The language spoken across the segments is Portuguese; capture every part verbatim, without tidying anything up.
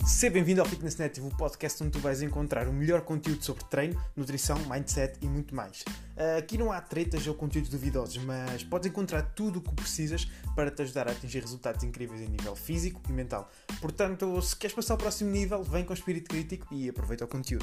Seja bem-vindo ao Fitness Native, o podcast onde tu vais encontrar o melhor conteúdo sobre treino, nutrição, mindset e muito mais. Aqui não há tretas ou conteúdos duvidosos, mas podes encontrar tudo o que precisas para te ajudar a atingir resultados incríveis em nível físico e mental. Portanto, se queres passar ao próximo nível, vem com espírito crítico e aproveita o conteúdo.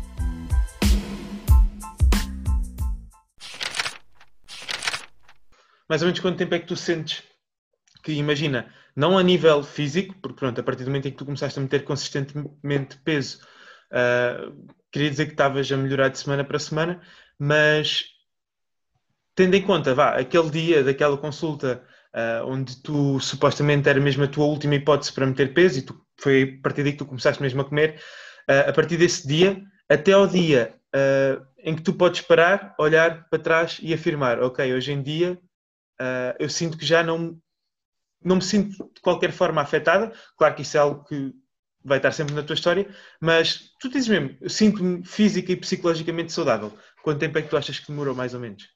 Mais ou menos quanto tempo é que tu sentes que, imagina, não a nível físico, porque pronto, a partir do momento em que tu começaste a meter consistentemente peso, uh, queria dizer que estavas a melhorar de semana para semana, mas tendo em conta, vá, aquele dia daquela consulta uh, onde tu supostamente era mesmo a tua última hipótese para meter peso e tu, foi a partir daí que tu começaste mesmo a comer, uh, a partir desse dia até ao dia uh, em que tu podes parar, olhar para trás e afirmar, ok, hoje em dia uh, eu sinto que já não não me sinto de qualquer forma afetada. Claro que isso é algo que vai estar sempre na tua história, mas tu dizes mesmo, eu sinto-me física e psicologicamente saudável. Quanto tempo é que tu achas que demorou, mais ou menos?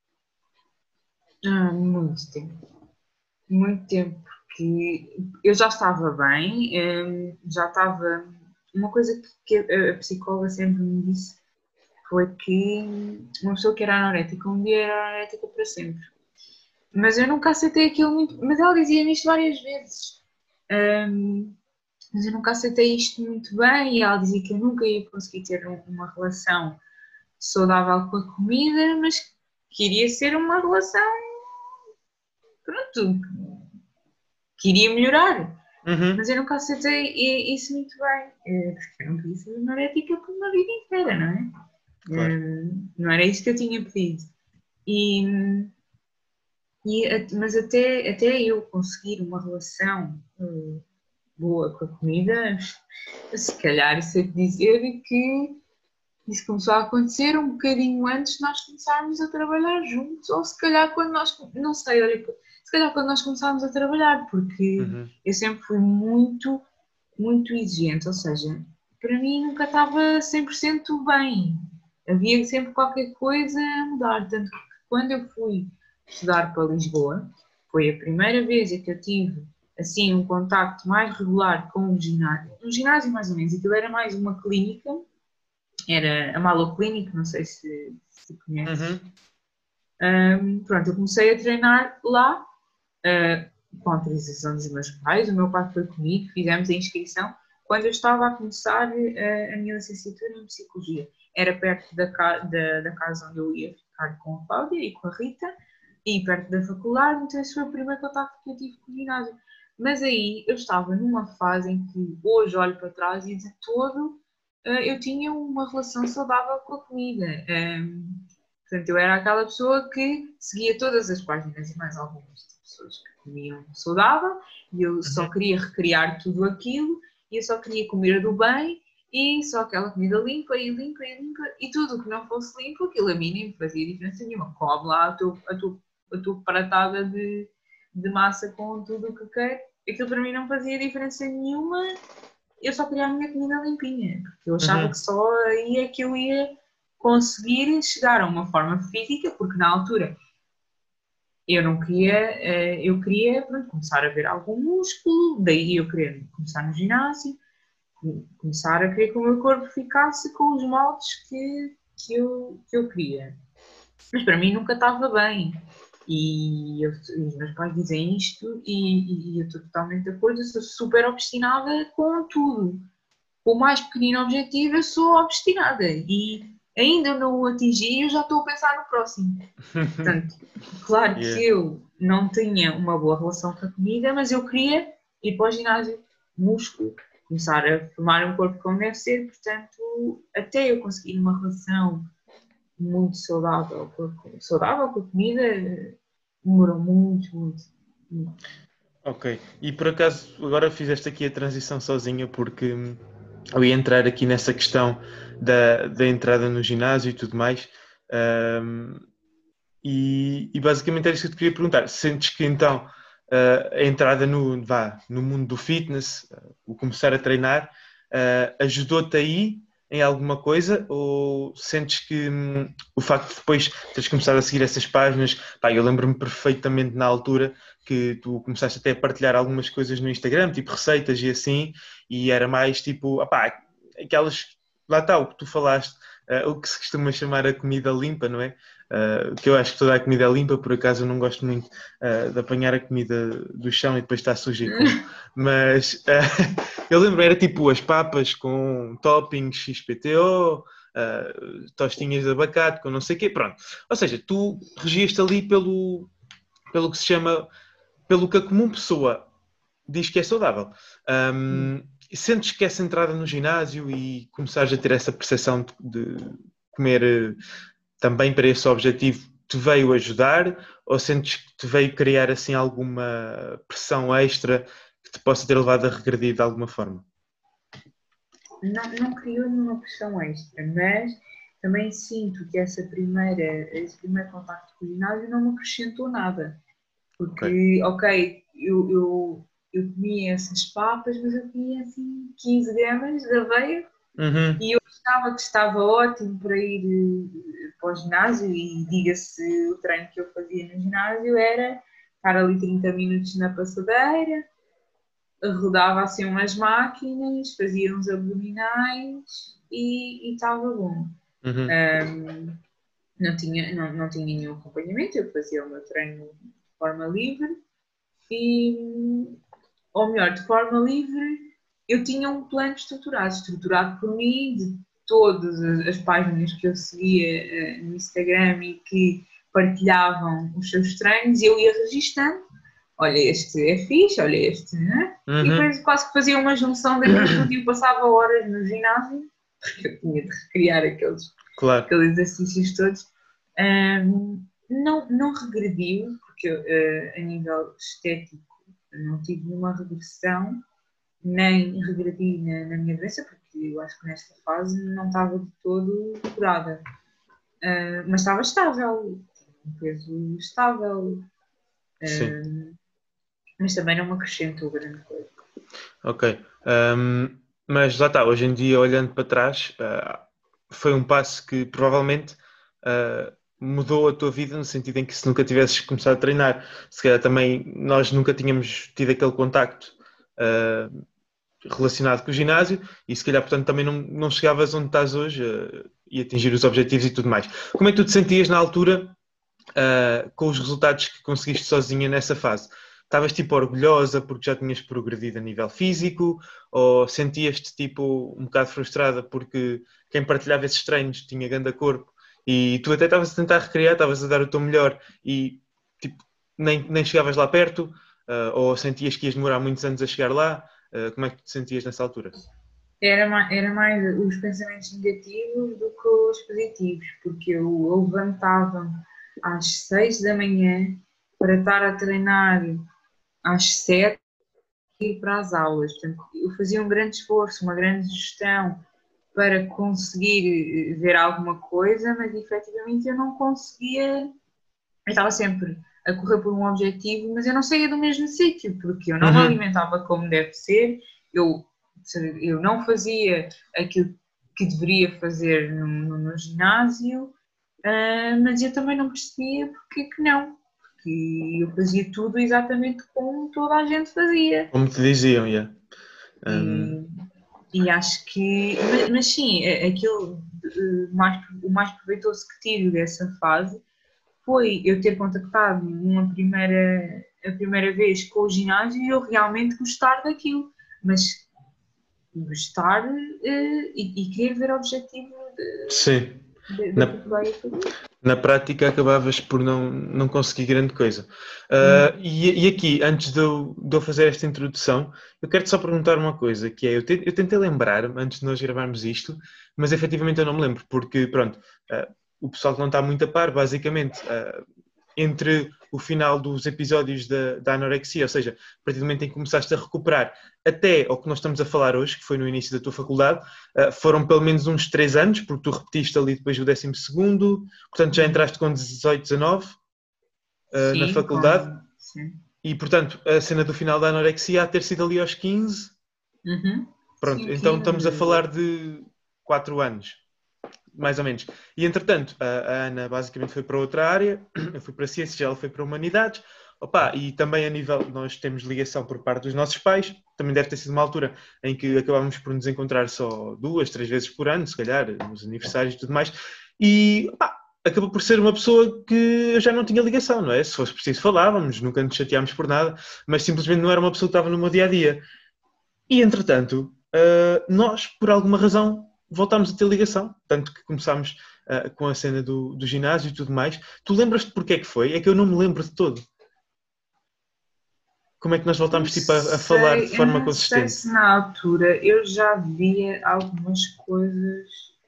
Ah, muito tempo. Muito tempo, porque eu já estava bem, eh, já estava... Uma coisa que a psicóloga sempre me disse foi que uma pessoa que era anorética, um dia era anorética para sempre. Mas eu nunca aceitei aquilo muito... Mas ela dizia-me isto várias vezes. Um, mas eu nunca aceitei isto muito bem e ela dizia que eu nunca ia conseguir ter uma relação saudável com a comida, mas que iria ser uma relação... Pronto, que iria melhorar. Uhum. Mas eu nunca aceitei isso muito bem. Porque eu não queria ser anorética por uma vida inteira, não é? Claro. Um, não era isso que eu tinha pedido. E... E, mas até, até eu conseguir uma relação hum, boa com a comida, se calhar sei dizer que isso começou a acontecer um bocadinho antes de nós começarmos a trabalhar juntos, ou se calhar quando nós, não sei, olha, se calhar quando nós começámos a trabalhar, porque Uhum. eu sempre fui muito, muito exigente, ou seja, para mim nunca estava cem por cento bem, havia sempre qualquer coisa a mudar, tanto que quando eu fui estudar para Lisboa, foi a primeira vez em que eu tive assim um contacto mais regular com um ginásio, um ginásio mais ou menos, aquilo era mais uma clínica, era a Malo Clinic, não sei se, se conheces. Uhum. Um, pronto, eu comecei a treinar lá, uh, com a autorização dos meus pais, o meu pai foi comigo, fizemos a inscrição, quando eu estava a começar uh, a minha licenciatura em Psicologia. Era perto da, da, da casa onde eu ia ficar com a Cláudia e com a Rita, e perto da faculdade, então esse foi o primeiro contacto que eu tive com o ginásio. Mas aí eu estava numa fase em que hoje olho para trás e de todo uh, eu tinha uma relação saudável com a comida. Um, portanto, eu era aquela pessoa que seguia todas as páginas e mais algumas de pessoas que comiam saudável e eu só Uhum. queria recriar tudo aquilo e eu só queria comer do bem e só aquela comida limpa e limpa e limpa e tudo o que não fosse limpo, aquilo a mim nem fazia diferença nenhuma. Come lá a tua, a tua a tua pratada de, de massa com tudo o que quer, aquilo para mim não fazia diferença nenhuma, eu só queria a minha comida limpinha, porque eu achava Uhum. que só aí é que eu ia conseguir chegar a uma forma física, porque na altura eu não queria, eu queria pronto, começar a ver algum músculo, daí eu queria começar no ginásio, começar a querer que o meu corpo ficasse com os moldes que, que, eu, que eu queria. Mas para mim nunca estava bem. E, eu, e os meus pais dizem isto e, e eu estou totalmente de acordo, eu sou super obstinada com tudo. Com o mais pequenino objetivo eu sou obstinada e ainda não o atingi e eu já estou a pensar no próximo. Portanto, claro Yeah. que eu não tinha uma boa relação com a comida, mas eu queria ir para o ginásio, músculo, começar a formar um corpo como deve ser, portanto, até eu conseguir uma relação muito saudável, saudável com a comida, demorou muito, muito, muito. Ok, e por acaso agora fizeste aqui a transição sozinha porque eu ia entrar aqui nessa questão da, da entrada no ginásio e tudo mais, um, e, e basicamente era isso que eu te queria perguntar. Sentes que então uh, a entrada no, vá, no mundo do fitness, uh, o começar a treinar, uh, ajudou-te aí em alguma coisa, ou sentes que hum, o facto de depois teres começado a seguir essas páginas, pá, eu lembro-me perfeitamente na altura que tu começaste até a partilhar algumas coisas no Instagram, tipo receitas e assim, e era mais tipo, opá, aquelas, lá está, o que tu falaste, uh, o que se costuma chamar a comida limpa, não é? Uh, que eu acho que toda a comida é limpa, por acaso eu não gosto muito uh, de apanhar a comida do chão e depois está suja e como. Mas uh, eu lembro, era tipo as papas com toppings X P T O, uh, tostinhas de abacate com não sei o quê, pronto. Ou seja, tu regias-te ali pelo, pelo que se chama, pelo que a comum pessoa diz que é saudável. Um, sentes que essa entrada no ginásio e começares a ter essa percepção de, de comer uh, também para esse objetivo te veio ajudar, ou sentes que te veio criar assim alguma pressão extra que te possa ter levado a regredir de alguma forma? Não, não criou nenhuma pressão extra, mas também sinto que essa primeira, esse primeiro contacto com o ginásio não me acrescentou nada. Porque, ok, okay eu, eu, eu comia essas papas, mas eu comia assim quinze gramas de aveia uhum. e eu achava que estava ótimo para ir para o ginásio e diga-se, o treino que eu fazia no ginásio era estar ali trinta minutos na passadeira, rodava assim umas máquinas, fazia uns abdominais e estava bom. Uhum. Um, não, tinha, não, não tinha nenhum acompanhamento, eu fazia o meu treino de forma livre e, ou melhor, de forma livre, eu tinha um plano estruturado, estruturado por mim, de todas as páginas que eu seguia uh, no Instagram e que partilhavam os seus treinos, eu ia registando. Olha, este é fixe, olha este, né? Uhum. E depois quase que fazia uma junção daquilo tudo e eu passava horas no ginásio, porque eu tinha de recriar aqueles, claro. aqueles exercícios todos. Um, não, não regrediu, porque uh, a nível estético não tive nenhuma regressão, nem regredi na, na minha doença, porque eu acho que nesta fase não estava de todo curada. Uh, mas estava estável, um peso estável. Sim. Uh, mas também não me acrescentou grande coisa. Ok. Um, mas lá está, hoje em dia, olhando para trás, uh, foi um passo que provavelmente uh, mudou a tua vida, no sentido em que se nunca tivesses começado a treinar, se calhar também nós nunca tínhamos tido aquele contacto uh, relacionado com o ginásio e se calhar, portanto, também não, não chegavas onde estás hoje uh, e atingir os objetivos e tudo mais. Como é que tu te sentias na altura uh, com os resultados que conseguiste sozinha nessa fase? Estavas tipo orgulhosa porque já tinhas progredido a nível físico ou sentias-te tipo um bocado frustrada porque quem partilhava esses treinos tinha grande corpo e tu até estavas a tentar recriar, estavas a dar o teu melhor e tipo, nem, nem chegavas lá perto uh, ou sentias que ias demorar muitos anos a chegar lá? Uh, como é que tu te sentias nessa altura? Era mais, era mais os pensamentos negativos do que os positivos, porque eu levantava às seis da manhã para estar a treinar às sete e ir para as aulas. Portanto, eu fazia um grande esforço, uma grande gestão para conseguir ver alguma coisa, mas efetivamente eu não conseguia. Eu estava sempre a correr por um objetivo, mas eu não saía do mesmo sítio, porque eu não uhum. me alimentava como deve ser, eu, eu não fazia aquilo que deveria fazer no, no, no ginásio, uh, mas eu também não percebia porque que não. Que eu fazia tudo exatamente como toda a gente fazia. Como te diziam, yeah. Um... E, e acho que, mas, mas sim, aquilo mais, o mais proveitoso que tive dessa fase foi eu ter contactado uma primeira, a primeira vez com o ginásio e eu realmente gostar daquilo, mas gostar uh, e, e querer ver o objetivo de, sim. de, de Na... que vai fazer. Na prática acabavas por não, não conseguir grande coisa. Uh, hum. e, e aqui, antes de eu, de eu fazer esta introdução, eu quero-te só perguntar uma coisa, que é, eu, te, eu tentei lembrar-me antes de nós gravarmos isto, mas efetivamente eu não me lembro, porque pronto, uh, o pessoal que não está muito a par, basicamente, uh, entre o final dos episódios da, da anorexia, ou seja, a partir do momento em que começaste a recuperar até ao que nós estamos a falar hoje, que foi no início da tua faculdade, uh, foram pelo menos uns três anos, porque tu repetiste ali depois o décimo segundo, portanto já entraste com dezoito, dezanove uh, sim, na faculdade, com... sim. E portanto a cena do final da anorexia há ter sido ali aos quinze, uhum. pronto, sim, então quinze. Estamos a falar de quatro anos, mais ou menos. E entretanto, a, a Ana basicamente foi para outra área, eu fui para ciências, ela foi para humanidades. Opa, e também a nível, nós temos ligação por parte dos nossos pais, também deve ter sido uma altura em que acabámos por nos encontrar só duas, três vezes por ano, se calhar, nos aniversários e tudo mais, e opa, acabou por ser uma pessoa que eu já não tinha ligação, não é? Se fosse preciso falávamos, nunca nos chateámos por nada, mas simplesmente não era uma pessoa que estava no meu dia-a-dia. E entretanto, uh, nós, por alguma razão, voltámos a ter ligação, tanto que começámos uh, com a cena do, do ginásio e tudo mais. Tu lembras-te porque é que foi? É que eu não me lembro de todo. Como é que nós voltámos tipo, a, a Sei, falar de forma eu não consistente? sei se na altura eu já via algumas coisas,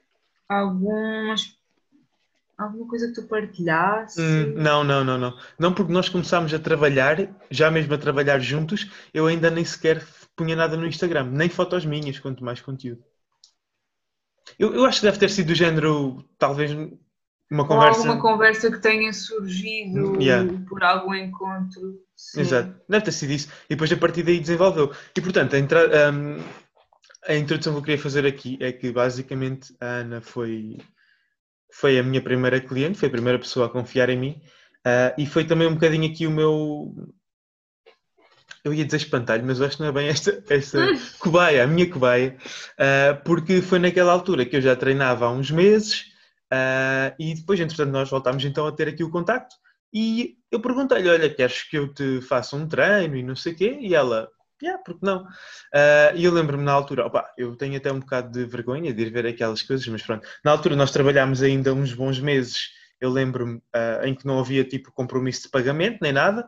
algumas, alguma coisa que tu partilhasse. Hum, não, não, não, não. Não, porque nós começámos a trabalhar, já mesmo a trabalhar juntos, eu ainda nem sequer punha nada no Instagram, nem fotos minhas, quanto mais conteúdo. Eu, eu acho que deve ter sido do género, talvez, uma Ou conversa. alguma conversa que tenha surgido Yeah. por algum encontro. Sim. Exato, deve ter sido isso. E depois a partir daí desenvolveu. E portanto, a, entra... um, a introdução que eu queria fazer aqui é que basicamente a Ana foi, foi a minha primeira cliente, foi a primeira pessoa a confiar em mim, uh, e foi também um bocadinho aqui o meu. Eu ia dizer espantalho, mas eu acho que não é bem esta, esta cobaia, a minha cobaia, uh, porque foi naquela altura que eu já treinava há uns meses, uh, e depois, entretanto, nós voltámos então a ter aqui o contacto, e eu perguntei-lhe, olha, queres que eu te faça um treino e não sei o quê? E ela, yeah, porque não? Uh, e eu lembro-me na altura, opa, eu tenho até um bocado de vergonha de ir ver aquelas coisas, mas pronto, na altura nós trabalhámos ainda uns bons meses, eu lembro-me, uh, em que não havia tipo compromisso de pagamento, nem nada,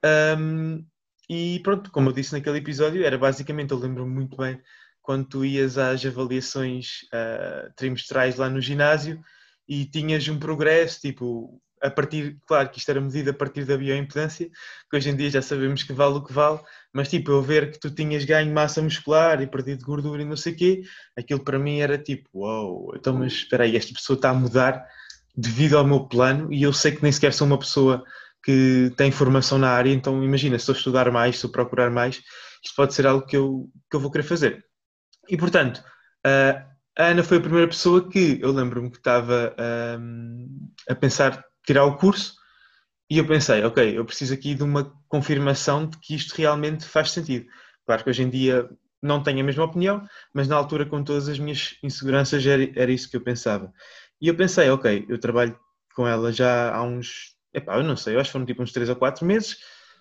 um, e pronto, como eu disse naquele episódio, era basicamente, eu lembro-me muito bem, quando tu ias às avaliações uh, trimestrais lá no ginásio e tinhas um progresso, tipo, a partir, claro que isto era medido a partir da bioimpedância, que hoje em dia já sabemos que vale o que vale, mas tipo, eu ver que tu tinhas ganho massa muscular e perdido gordura e não sei o quê, aquilo para mim era tipo, uau, wow, então mas espera aí, esta pessoa está a mudar devido ao meu plano e eu sei que nem sequer sou uma pessoa que tem formação na área, então imagina, se eu estudar mais, se eu procurar mais, isto pode ser algo que eu, que eu vou querer fazer. E portanto, a Ana foi a primeira pessoa que eu lembro-me que estava um, a pensar tirar o curso e eu pensei, ok, eu preciso aqui de uma confirmação de que isto realmente faz sentido. Claro que hoje em dia não tenho a mesma opinião, mas na altura com todas as minhas inseguranças era, era isso que eu pensava. E eu pensei, ok, eu trabalho com ela já há uns... Epá, eu não sei, eu acho que foram tipo uns três ou quatro meses,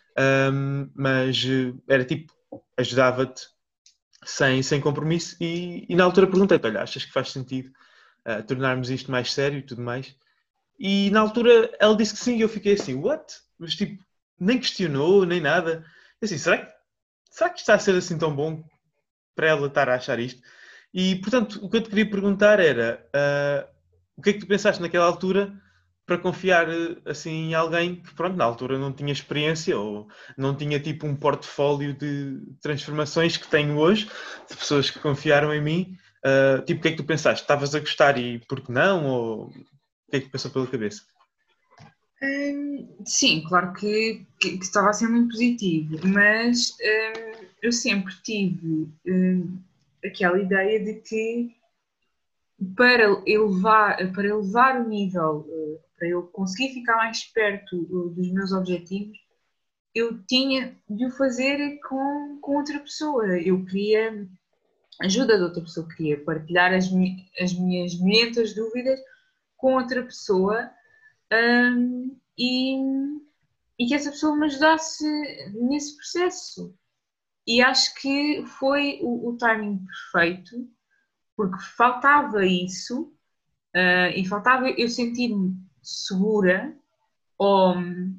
um, mas era tipo, ajudava-te sem, sem compromisso e, e na altura perguntei-te, olha, achas que faz sentido uh, tornarmos isto mais sério e tudo mais? E na altura ela disse que sim e eu fiquei assim, what? Mas tipo, nem questionou, nem nada. Eu assim, será que, será que está a ser assim tão bom para ela estar a achar isto? E portanto, o que eu te queria perguntar era, uh, o que é que tu pensaste naquela altura para confiar assim em alguém que, pronto, na altura não tinha experiência ou não tinha tipo um portfólio de transformações que tenho hoje, de pessoas que confiaram em mim. Uh, tipo, o que é que tu pensaste? Estavas a gostar e por que não? Ou o que é que passou pela cabeça? Hum, sim, claro que, que, que estava a ser muito positivo, mas hum, eu sempre tive hum, aquela ideia de que para elevar, para elevar o nível, para eu conseguir ficar mais perto dos meus objetivos, eu tinha de o fazer com, com outra pessoa. Eu queria ajuda de outra pessoa, queria partilhar as, as minhas milhentas dúvidas com outra pessoa um, e, e que essa pessoa me ajudasse nesse processo. E acho que foi o, o timing perfeito, porque faltava isso uh, e faltava eu sentir-me segura, ou,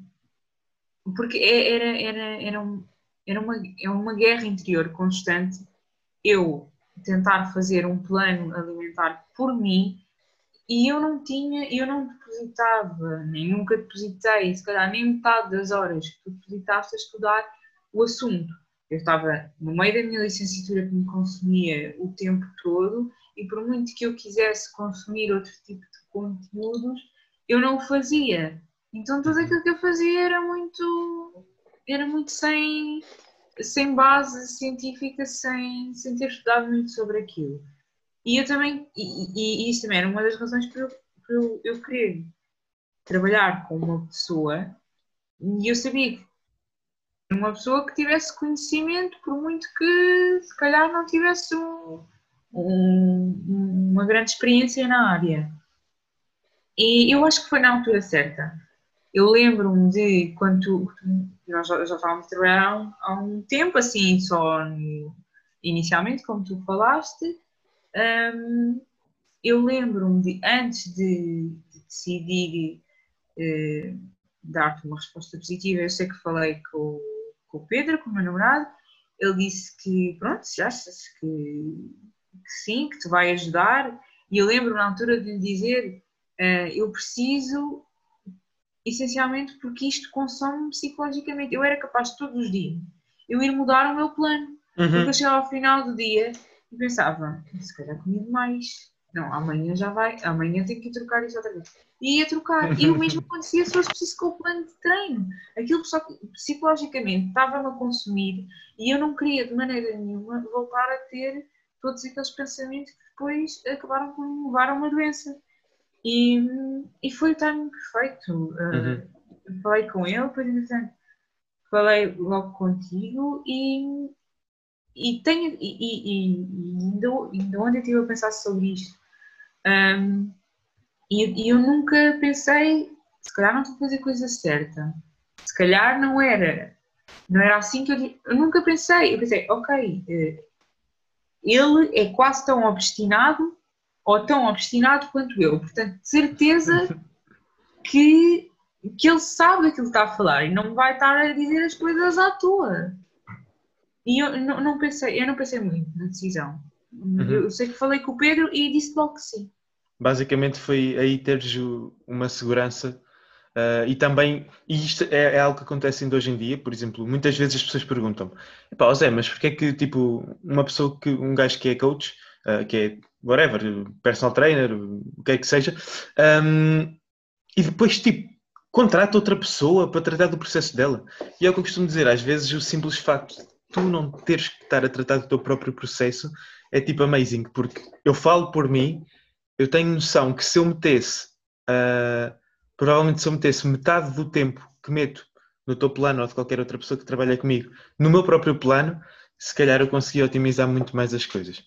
porque era, era, era, um, era uma, é uma guerra interior constante eu tentar fazer um plano alimentar por mim e eu não tinha, eu não depositava, nem nunca depositei, se calhar nem metade das horas que tu depositaste a estudar o assunto. Eu estava no meio da minha licenciatura que me consumia o tempo todo e por muito que eu quisesse consumir outro tipo de conteúdos, eu não o fazia. Então tudo aquilo que eu fazia era muito, era muito sem, sem base científica, sem, sem ter estudado muito sobre aquilo. E eu também, e, e, e isso também era uma das razões para eu, para eu, eu querer trabalhar com uma pessoa, e eu sabia que uma pessoa que tivesse conhecimento, por muito que se calhar não tivesse um, um, uma grande experiência na área. E eu acho que foi na altura certa. Eu lembro-me de quando tu, nós já, já estávamos a trabalhar há um, há um tempo, assim, só no, inicialmente, como tu falaste. Um, eu lembro-me de, antes de, de decidir eh, dar-te uma resposta positiva, eu sei que falei com, com o Pedro, com o meu namorado, ele disse que, pronto, se achas que, que sim, que te vai ajudar, e eu lembro na altura de lhe dizer, uh, eu preciso, essencialmente porque isto consome-me psicologicamente, eu era capaz de todos os dias, eu ir mudar o meu plano, Uhum. porque eu chegava ao final do dia e pensava, se calhar comi demais, não, amanhã já vai, amanhã tenho que ir trocar isso outra vez. E ia trocar. E o mesmo acontecia se fosse preciso com o plano de treino. Aquilo só psicologicamente estava-me a consumir e eu não queria de maneira nenhuma voltar a ter todos aqueles pensamentos que depois acabaram por me levar a uma doença. E, e foi o timing perfeito. Uhum. Uh, falei com ele, depois entretanto falei logo contigo e, e tenho e, e, e ainda, ainda ontem estive a pensar sobre isto. Um, e, e eu nunca pensei, se calhar não estou a fazer a coisa certa, se calhar não era, não era assim que eu, eu nunca pensei, eu pensei, ok, ele é quase tão obstinado ou tão obstinado quanto eu, portanto, de certeza que, que ele sabe daquilo que está a falar e não me vai estar a dizer as coisas à toa. E eu não, não pensei, eu não pensei muito na decisão. Uhum. Eu sei que falei com o Pedro e disse logo que sim. Basicamente foi aí teres uma segurança uh, e também, e isto é, é algo que acontece ainda hoje em dia, por exemplo, muitas vezes as pessoas perguntam-me, epá, Zé, mas porque é que tipo, uma pessoa, que um gajo que é coach, uh, que é whatever, personal trainer, o que é que seja, um, e depois tipo, contrata outra pessoa para tratar do processo dela. E é o que eu costumo dizer, às vezes o simples facto de tu não teres que estar a tratar do teu próprio processo é tipo amazing, porque eu falo por mim. Eu tenho noção que se eu metesse, uh, provavelmente se eu metesse metade do tempo que meto no teu plano ou de qualquer outra pessoa que trabalha comigo, no meu próprio plano, se calhar eu conseguia otimizar muito mais as coisas.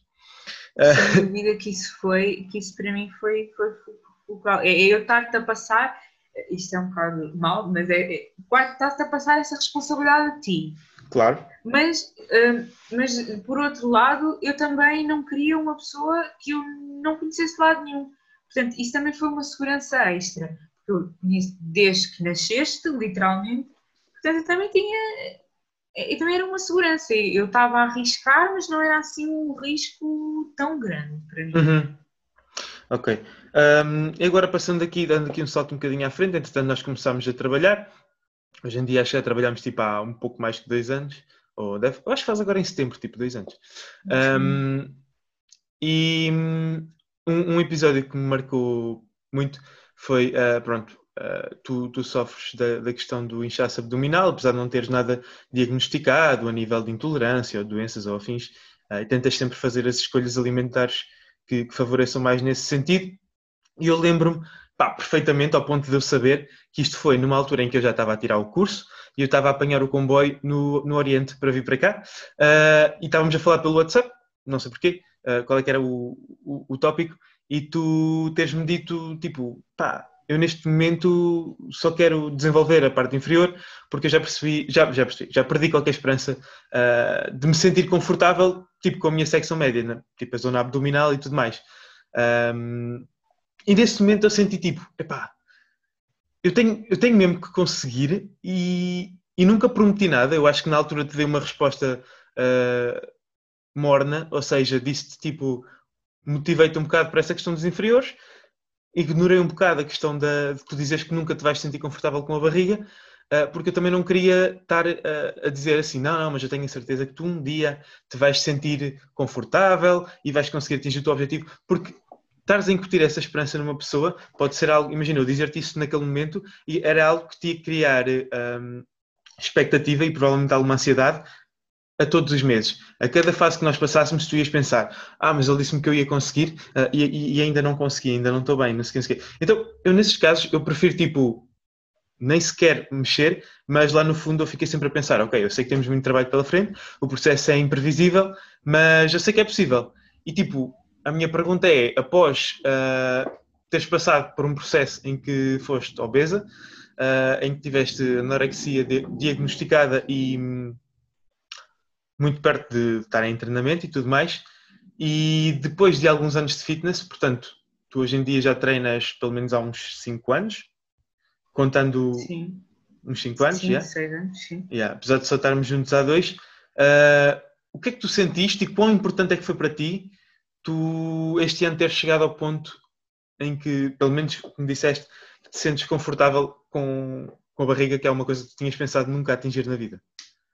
Sem dúvida que isso foi, que isso para mim foi fulcral. É eu estar-te a passar, isto é um bocado mau, mas é, é estar-te a passar essa responsabilidade a ti. Claro. Mas, uh, mas, por outro lado, eu também não queria uma pessoa que eu não conhecesse de lado nenhum. Portanto, isso também foi uma segurança extra. Porque eu conheço desde que nasceste, literalmente. Portanto, eu também tinha... Eu também era uma segurança. Eu estava a arriscar, mas não era assim um risco tão grande para mim. Uhum. Ok. Um, e agora passando aqui, dando aqui um salto um bocadinho à frente, entretanto nós começámos a trabalhar. Hoje em dia acho que já trabalhámos tipo há um pouco mais que dois anos. Ou deve, eu acho que faz agora em setembro, tipo dois anos. Um, e um, um episódio que me marcou muito foi, uh, pronto, uh, tu, tu sofres da, da questão do inchaço abdominal, apesar de não teres nada diagnosticado a nível de intolerância ou doenças ou afins, uh, e tentas sempre fazer as escolhas alimentares que, que favoreçam mais nesse sentido. E eu lembro-me, pá, perfeitamente, ao ponto de eu saber que isto foi numa altura em que eu já estava a tirar o curso e eu estava a apanhar o comboio no, no Oriente para vir para cá, uh, e estávamos a falar pelo WhatsApp, não sei porquê, uh, qual é que era o, o, o tópico, e tu teres-me dito, tipo, pá, eu neste momento só quero desenvolver a parte inferior porque eu já percebi, já, já percebi, já perdi qualquer esperança uh, de me sentir confortável, tipo, com a minha secção média, né? Tipo, a zona abdominal e tudo mais. Um, e nesse momento eu senti, tipo, epá, Eu tenho, eu tenho mesmo que conseguir e, e nunca prometi nada. Eu acho que na altura te dei uma resposta uh, morna, ou seja, disse-te tipo, motivei-te um bocado para essa questão dos inferiores, ignorei um bocado a questão da, de tu dizeres que nunca te vais sentir confortável com a barriga, uh, porque eu também não queria estar uh, a dizer assim, não, não, mas eu tenho a certeza que tu um dia te vais sentir confortável e vais conseguir atingir o teu objetivo, porque estares a incutir essa esperança numa pessoa pode ser algo, imagina, eu dizer-te isso naquele momento e era algo que te ia criar um, expectativa e provavelmente alguma ansiedade a todos os meses. A cada fase que nós passássemos, tu ias pensar, ah, mas ele disse-me que eu ia conseguir uh, e, e ainda não consegui, ainda não estou bem, não sei o que. Então, eu nesses casos, eu prefiro tipo, nem sequer mexer, mas lá no fundo eu fiquei sempre a pensar, ok, eu sei que temos muito trabalho pela frente, o processo é imprevisível, mas eu sei que é possível. E tipo, a minha pergunta é, após uh, teres passado por um processo em que foste obesa, uh, em que tiveste anorexia de, diagnosticada e hum, muito perto de estar em treinamento e tudo mais, e depois de alguns anos de fitness, portanto, tu hoje em dia já treinas pelo menos há uns cinco anos, contando Sim. uns cinco anos, Sim, yeah? seis anos, sim. Yeah. Apesar de só estarmos juntos há dois, uh, o que é que tu sentiste e quão importante é que foi para ti tu este ano teres chegado ao ponto em que, pelo menos como disseste, te sentes confortável com, com a barriga, que é uma coisa que tu tinhas pensado nunca atingir na vida?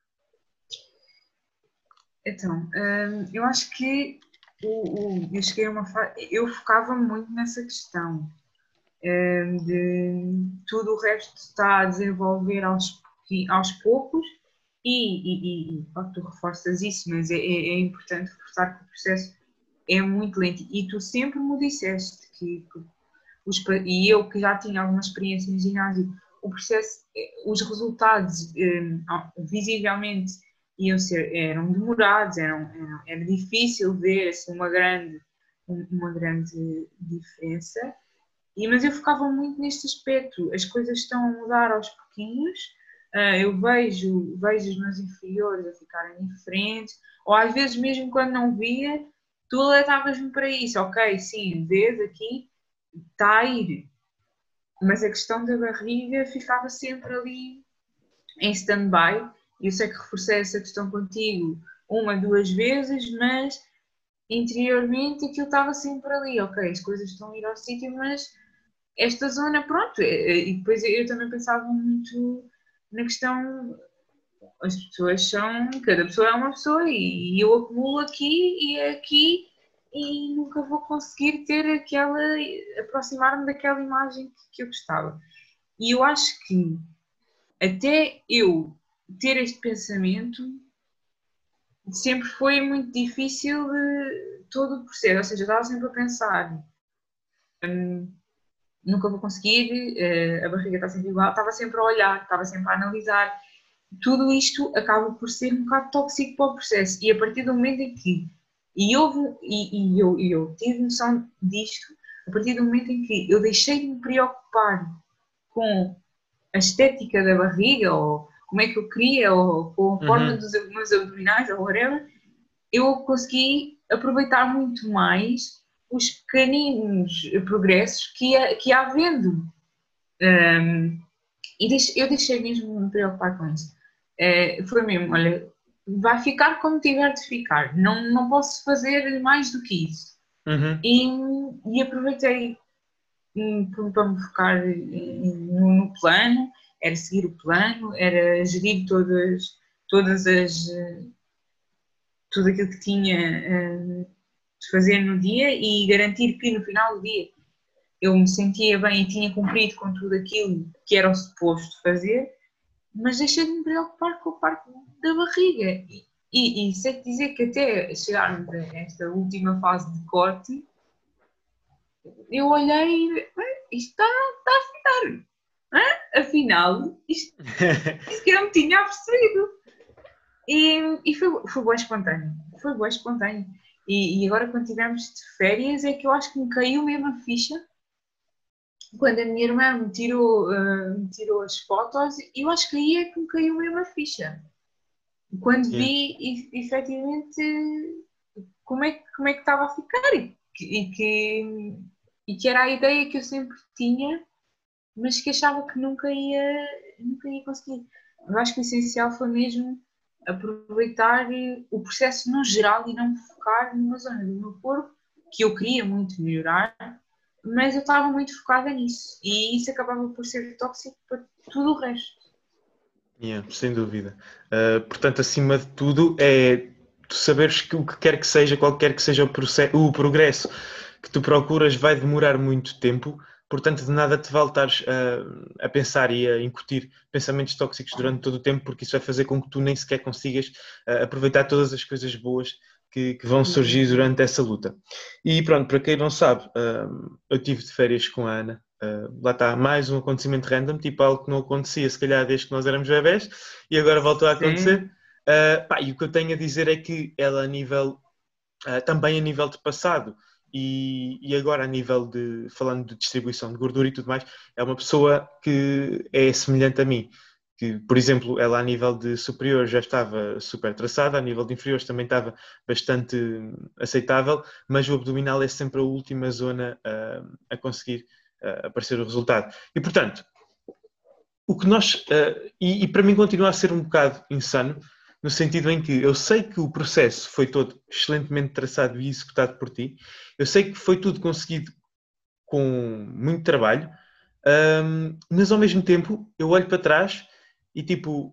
Então, hum, eu acho que o, o, eu cheguei a uma fase, eu focava muito nessa questão hum, de tudo o resto está a desenvolver aos, aos poucos e, e, e pá, tu reforças isso, mas é, é, é importante reforçar que o processo é muito lento e tu sempre me disseste que, que os, e eu que já tinha alguma experiência em ginásio, o processo, os resultados hum, visivelmente iam ser, eram demorados, eram, eram, era difícil ver assim, uma, grande, uma grande diferença, e, mas eu focava muito neste aspecto, as coisas estão a mudar aos pouquinhos, uh, eu vejo, vejo os meus inferiores a ficarem diferentes, ou às vezes mesmo quando não via, tu alertavas-me para isso, ok, sim, vês aqui, está a ir, mas a questão da barriga ficava sempre ali em stand-by. Eu sei que reforcei essa questão contigo uma, duas vezes, mas interiormente aquilo estava sempre ali. Ok, as coisas estão a ir ao sítio, mas esta zona, pronto. E depois eu também pensava muito na questão, as pessoas são, cada pessoa é uma pessoa e eu acumulo aqui e aqui e nunca vou conseguir ter aquela, aproximar-me daquela imagem que eu gostava. E eu acho que até eu ter este pensamento sempre foi muito difícil de todo o processo, ou seja, eu estava sempre a pensar hum, nunca vou conseguir, uh, a barriga está sempre igual, estava sempre a olhar, estava sempre a analisar, tudo isto acaba por ser um bocado tóxico para o processo e a partir do momento em que e, houve, e, e eu, eu tive noção disto, a partir do momento em que eu deixei de me preocupar com a estética da barriga, ou como é que eu queria, ou com a forma uhum. dos meus abdominais, ou whatever, eu consegui aproveitar muito mais os pequeninos progressos que ia, que ia havendo. Um, e deixe, eu deixei mesmo de me preocupar com isso. Uh, foi mesmo, olha, vai ficar como tiver de ficar, não, não posso fazer mais do que isso. Uhum. E, e aproveitei para me focar no, no plano, era seguir o plano, era gerir todas, todas as, tudo aquilo que tinha uh, de fazer no dia e garantir que no final do dia eu me sentia bem e tinha cumprido com tudo aquilo que era o suposto fazer, mas deixei de me preocupar com a parte da barriga. E, e, e sei dizer que até chegarmos a esta última fase de corte, eu olhei e isto está, está a ficar. Hã? Afinal, isto que eu não tinha percebido. E, e foi, foi bem espontâneo. Foi bem espontâneo. E, e agora, quando estivermos de férias, é que eu acho que me caiu mesmo a ficha. Quando a minha irmã me tirou, uh, me tirou as fotos, eu acho que aí é que me caiu mesmo a ficha. Quando vi, e, efetivamente, como é, como é que estava a ficar. E que, e que, e que era a ideia que eu sempre tinha, mas que achava que nunca ia, nunca ia conseguir. Eu acho que o essencial foi mesmo aproveitar o processo no geral e não me focar numa zona do meu corpo que eu queria muito melhorar, mas eu estava muito focada nisso e isso acabava por ser tóxico para tudo o resto. Yeah, sem dúvida. Uh, portanto, acima de tudo, é tu saberes que o que quer que seja, qualquer que seja o, processo, o progresso que tu procuras vai demorar muito tempo, portanto de nada te vale estares a, a pensar e a incutir pensamentos tóxicos durante todo o tempo, porque isso vai fazer com que tu nem sequer consigas uh, aproveitar todas as coisas boas que, que vão surgir durante essa luta. E pronto, para quem não sabe, uh, eu estive de férias com a Ana. Uh, lá está, mais um acontecimento random, tipo algo que não acontecia se calhar desde que nós éramos bebés e agora voltou a acontecer. Uh, pá, e o que eu tenho a dizer é que ela a nível, uh, também a nível de passado e, e agora a nível de, falando de distribuição de gordura e tudo mais, é uma pessoa que é semelhante a mim. Que, por exemplo, ela a nível de superior já estava super traçada, a nível de inferiores também estava bastante aceitável, mas o abdominal é sempre a última zona uh, a conseguir uh, aparecer o resultado. E, portanto, o que nós... Uh, e, e para mim continua a ser um bocado insano, no sentido em que eu sei que o processo foi todo excelentemente traçado e executado por ti, eu sei que foi tudo conseguido com muito trabalho, um, mas ao mesmo tempo eu olho para trás e tipo,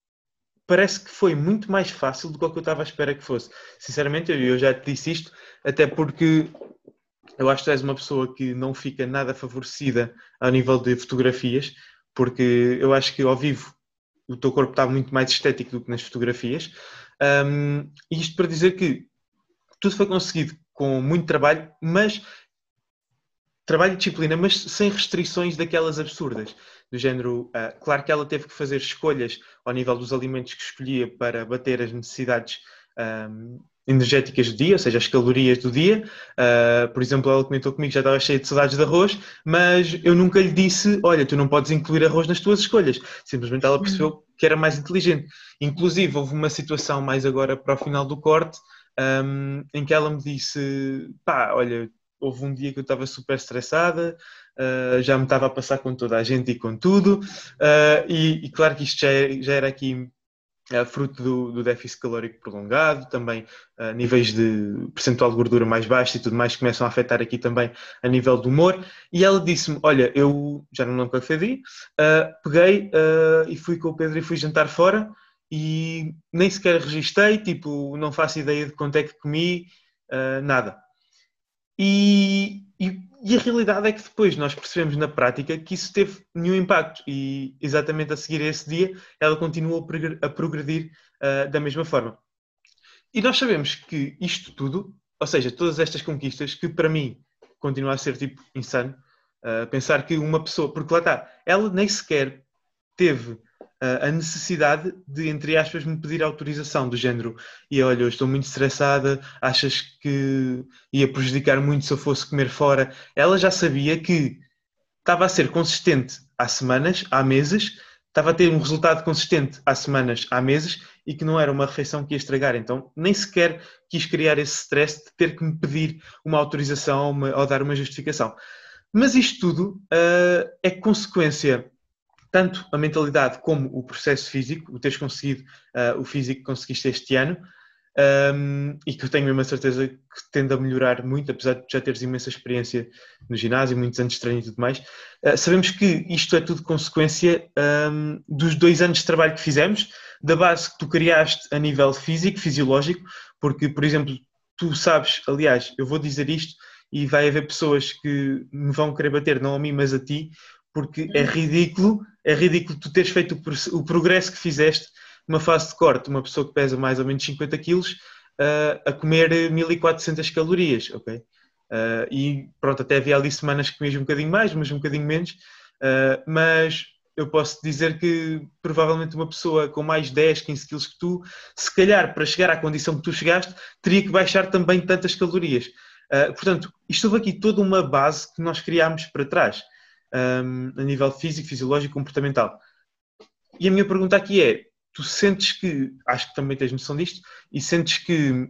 parece que foi muito mais fácil do que o que eu estava à espera que fosse. Sinceramente, eu, eu já te disse isto, até porque eu acho que tu és uma pessoa que não fica nada favorecida ao nível de fotografias, porque eu acho que ao vivo o teu corpo está muito mais estético do que nas fotografias. Um, e isto para dizer que tudo foi conseguido com muito trabalho, mas trabalho e disciplina, mas sem restrições daquelas absurdas. Do género, uh, claro que ela teve que fazer escolhas ao nível dos alimentos que escolhia para bater as necessidades um, energéticas do dia, ou seja, as calorias do dia. Uh, por exemplo, ela comentou comigo que já estava cheia de saudades de arroz, mas eu nunca lhe disse, olha, tu não podes incluir arroz nas tuas escolhas. Simplesmente ela percebeu que era mais inteligente. Inclusive, houve uma situação mais agora para o final do corte, um, em que ela me disse, pá, olha, houve um dia que eu estava super estressada, uh, já me estava a passar com toda a gente e com tudo, uh, e, e claro que isto já, é, já era aqui uh, fruto do, do déficit calórico prolongado, também uh, níveis de percentual de gordura mais baixo e tudo mais começam a afetar aqui também a nível do humor, e ela disse-me, olha, eu já não lembro o que foi dia, uh, peguei uh, e fui com o Pedro e fui jantar fora, e nem sequer registrei, tipo, não faço ideia de quanto é que comi, uh, nada. E, e, e a realidade é que depois nós percebemos na prática que isso teve nenhum impacto e exatamente a seguir a esse dia ela continuou a progredir uh, da mesma forma. E nós sabemos que isto tudo, ou seja, todas estas conquistas, que para mim continua a ser tipo insano, uh, pensar que uma pessoa, porque lá está, ela nem sequer teve a necessidade de, entre aspas, me pedir autorização do género, e olha, eu estou muito estressada, achas que ia prejudicar muito se eu fosse comer fora? Ela já sabia que estava a ser consistente há semanas, há meses, estava a ter um resultado consistente há semanas, há meses, e que não era uma refeição que ia estragar. Então, nem sequer quis criar esse stress de ter que me pedir uma autorização uma, ou dar uma justificação. Mas isto tudo uh, é consequência tanto a mentalidade como o processo físico, o teres conseguido uh, o físico que conseguiste este ano, um, e que eu tenho mesmo a certeza que tende a melhorar muito, apesar de já teres imensa experiência no ginásio, muitos anos de treino e tudo mais. Uh, sabemos que isto é tudo consequência um, dos dois anos de trabalho que fizemos, da base que tu criaste a nível físico, fisiológico, porque, por exemplo, tu sabes, aliás, eu vou dizer isto e vai haver pessoas que me vão querer bater, não a mim, mas a ti, porque é ridículo, é ridículo tu teres feito o, o progresso que fizeste numa fase de corte, uma pessoa que pesa mais ou menos cinquenta quilos, uh, a comer mil e quatrocentas calorias, ok? Uh, e pronto, até havia ali semanas que comias um bocadinho mais, mas um bocadinho menos, uh, mas eu posso dizer que provavelmente uma pessoa com mais dez, quinze quilos que tu, se calhar para chegar à condição que tu chegaste, teria que baixar também tantas calorias. Uh, portanto, isto houve aqui toda uma base que nós criámos para trás. Um, a nível físico, fisiológico, comportamental. E a minha pergunta aqui é, tu sentes que, acho que também tens noção disto, e sentes que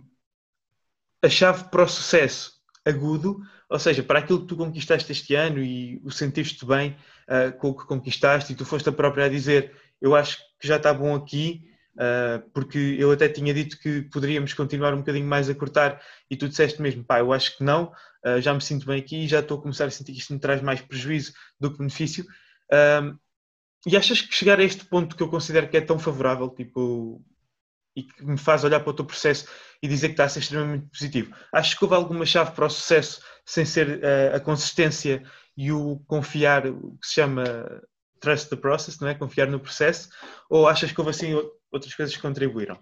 a chave para o sucesso agudo, ou seja, para aquilo que tu conquistaste este ano e o sentiste bem uh, com o que conquistaste, e tu foste a própria a dizer, eu acho que já está bom aqui, uh, porque eu até tinha dito que poderíamos continuar um bocadinho mais a cortar, e tu disseste mesmo, pá, eu acho que não, Uh, já me sinto bem aqui e já estou a começar a sentir que isto me traz mais prejuízo do que benefício. Um, e achas que chegar a este ponto que eu considero que é tão favorável, tipo, e que me faz olhar para o teu processo e dizer que está a ser extremamente positivo? Achas que houve alguma chave para o sucesso sem ser uh, a consistência e o confiar, o que se chama trust the process, não é? Confiar no processo? Ou achas que houve assim outras coisas que contribuíram?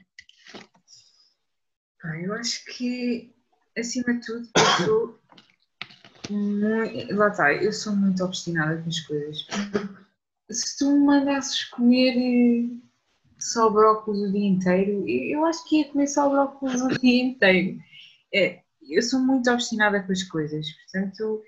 Eu acho que, acima de tudo, eu sou muito... Lá está, eu sou muito obstinada com as coisas. Se tu me mandasses comer só brócolis o dia inteiro, eu acho que ia comer só brócolis o dia inteiro. É, eu sou muito obstinada com as coisas, portanto,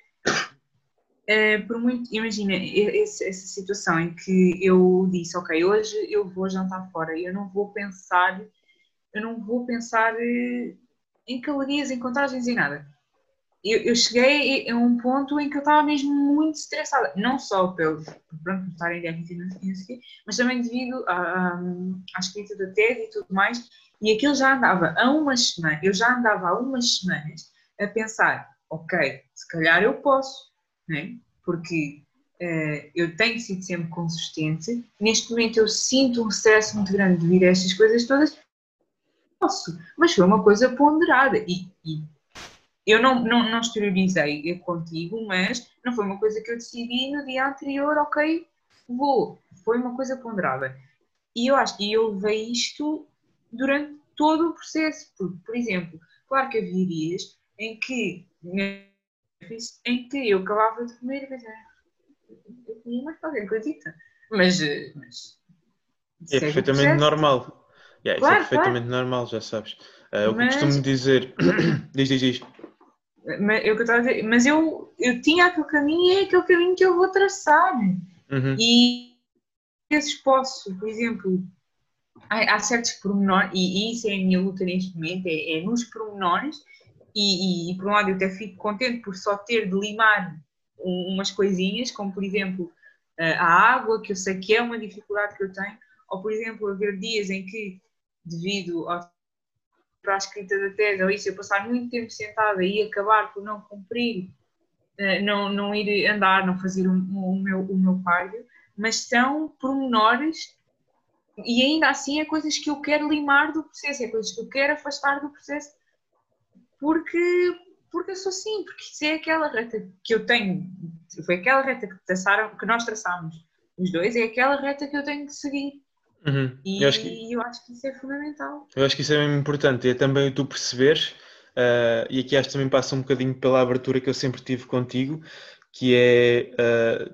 é, por muito, imagina esse, essa situação em que eu disse, ok, hoje eu vou jantar fora, eu não vou pensar, eu não vou pensar em calorias, em contagens e nada. Eu, eu cheguei a um ponto em que eu estava mesmo muito estressada, não só pelo, pronto, por estar em déficit, mas também devido à, à, à escrita da tese e tudo mais, e aquilo já andava há umas semanas, eu já andava há umas semanas a pensar, ok, se calhar eu posso, né? Porque uh, eu tenho sido sempre consistente, neste momento eu sinto um stress muito grande devido a estas coisas todas, posso, mas foi uma coisa ponderada, e, e eu não, não, não exteriorizei contigo, mas não foi uma coisa que eu decidi no dia anterior, ok, vou. Foi uma coisa ponderada. E eu acho que eu levei isto durante todo o processo. Por, por exemplo, claro que havia dias em que, em que eu acabava de comer e pensava, eu comia mais qualquer coisita. Mas, mas é perfeitamente normal. Yeah, claro, isso é perfeitamente claro. normal, já sabes. Uh, o que mas... eu costumo dizer... diz, diz, diz. Mas eu, mas eu, eu tinha aquele caminho e é aquele caminho que eu vou traçar. Uhum. E às vezes posso, por exemplo, há, há certos pormenores, e, e isso é a minha luta neste momento, é, é nos pormenores, e, e, e por um lado eu até fico contente por só ter de limar um, umas coisinhas, como por exemplo a água, que eu sei que é uma dificuldade que eu tenho, ou por exemplo haver dias em que, devido ao para a escrita da tese, ou isso, eu passar muito tempo sentada e acabar por não cumprir, não, não ir andar, não fazer o, o, meu, o meu cardio, mas são pormenores e ainda assim é coisas que eu quero limar do processo, é coisas que eu quero afastar do processo porque, porque eu sou assim, porque isso é aquela reta que eu tenho, foi aquela reta que, traçaram, que nós traçámos os dois, é aquela reta que eu tenho de seguir. Uhum. E eu acho, que, eu acho que isso é fundamental. Eu acho que isso é mesmo importante, é também tu perceberes, uh, e aqui acho que também passa um bocadinho pela abertura que eu sempre tive contigo, que é, uh,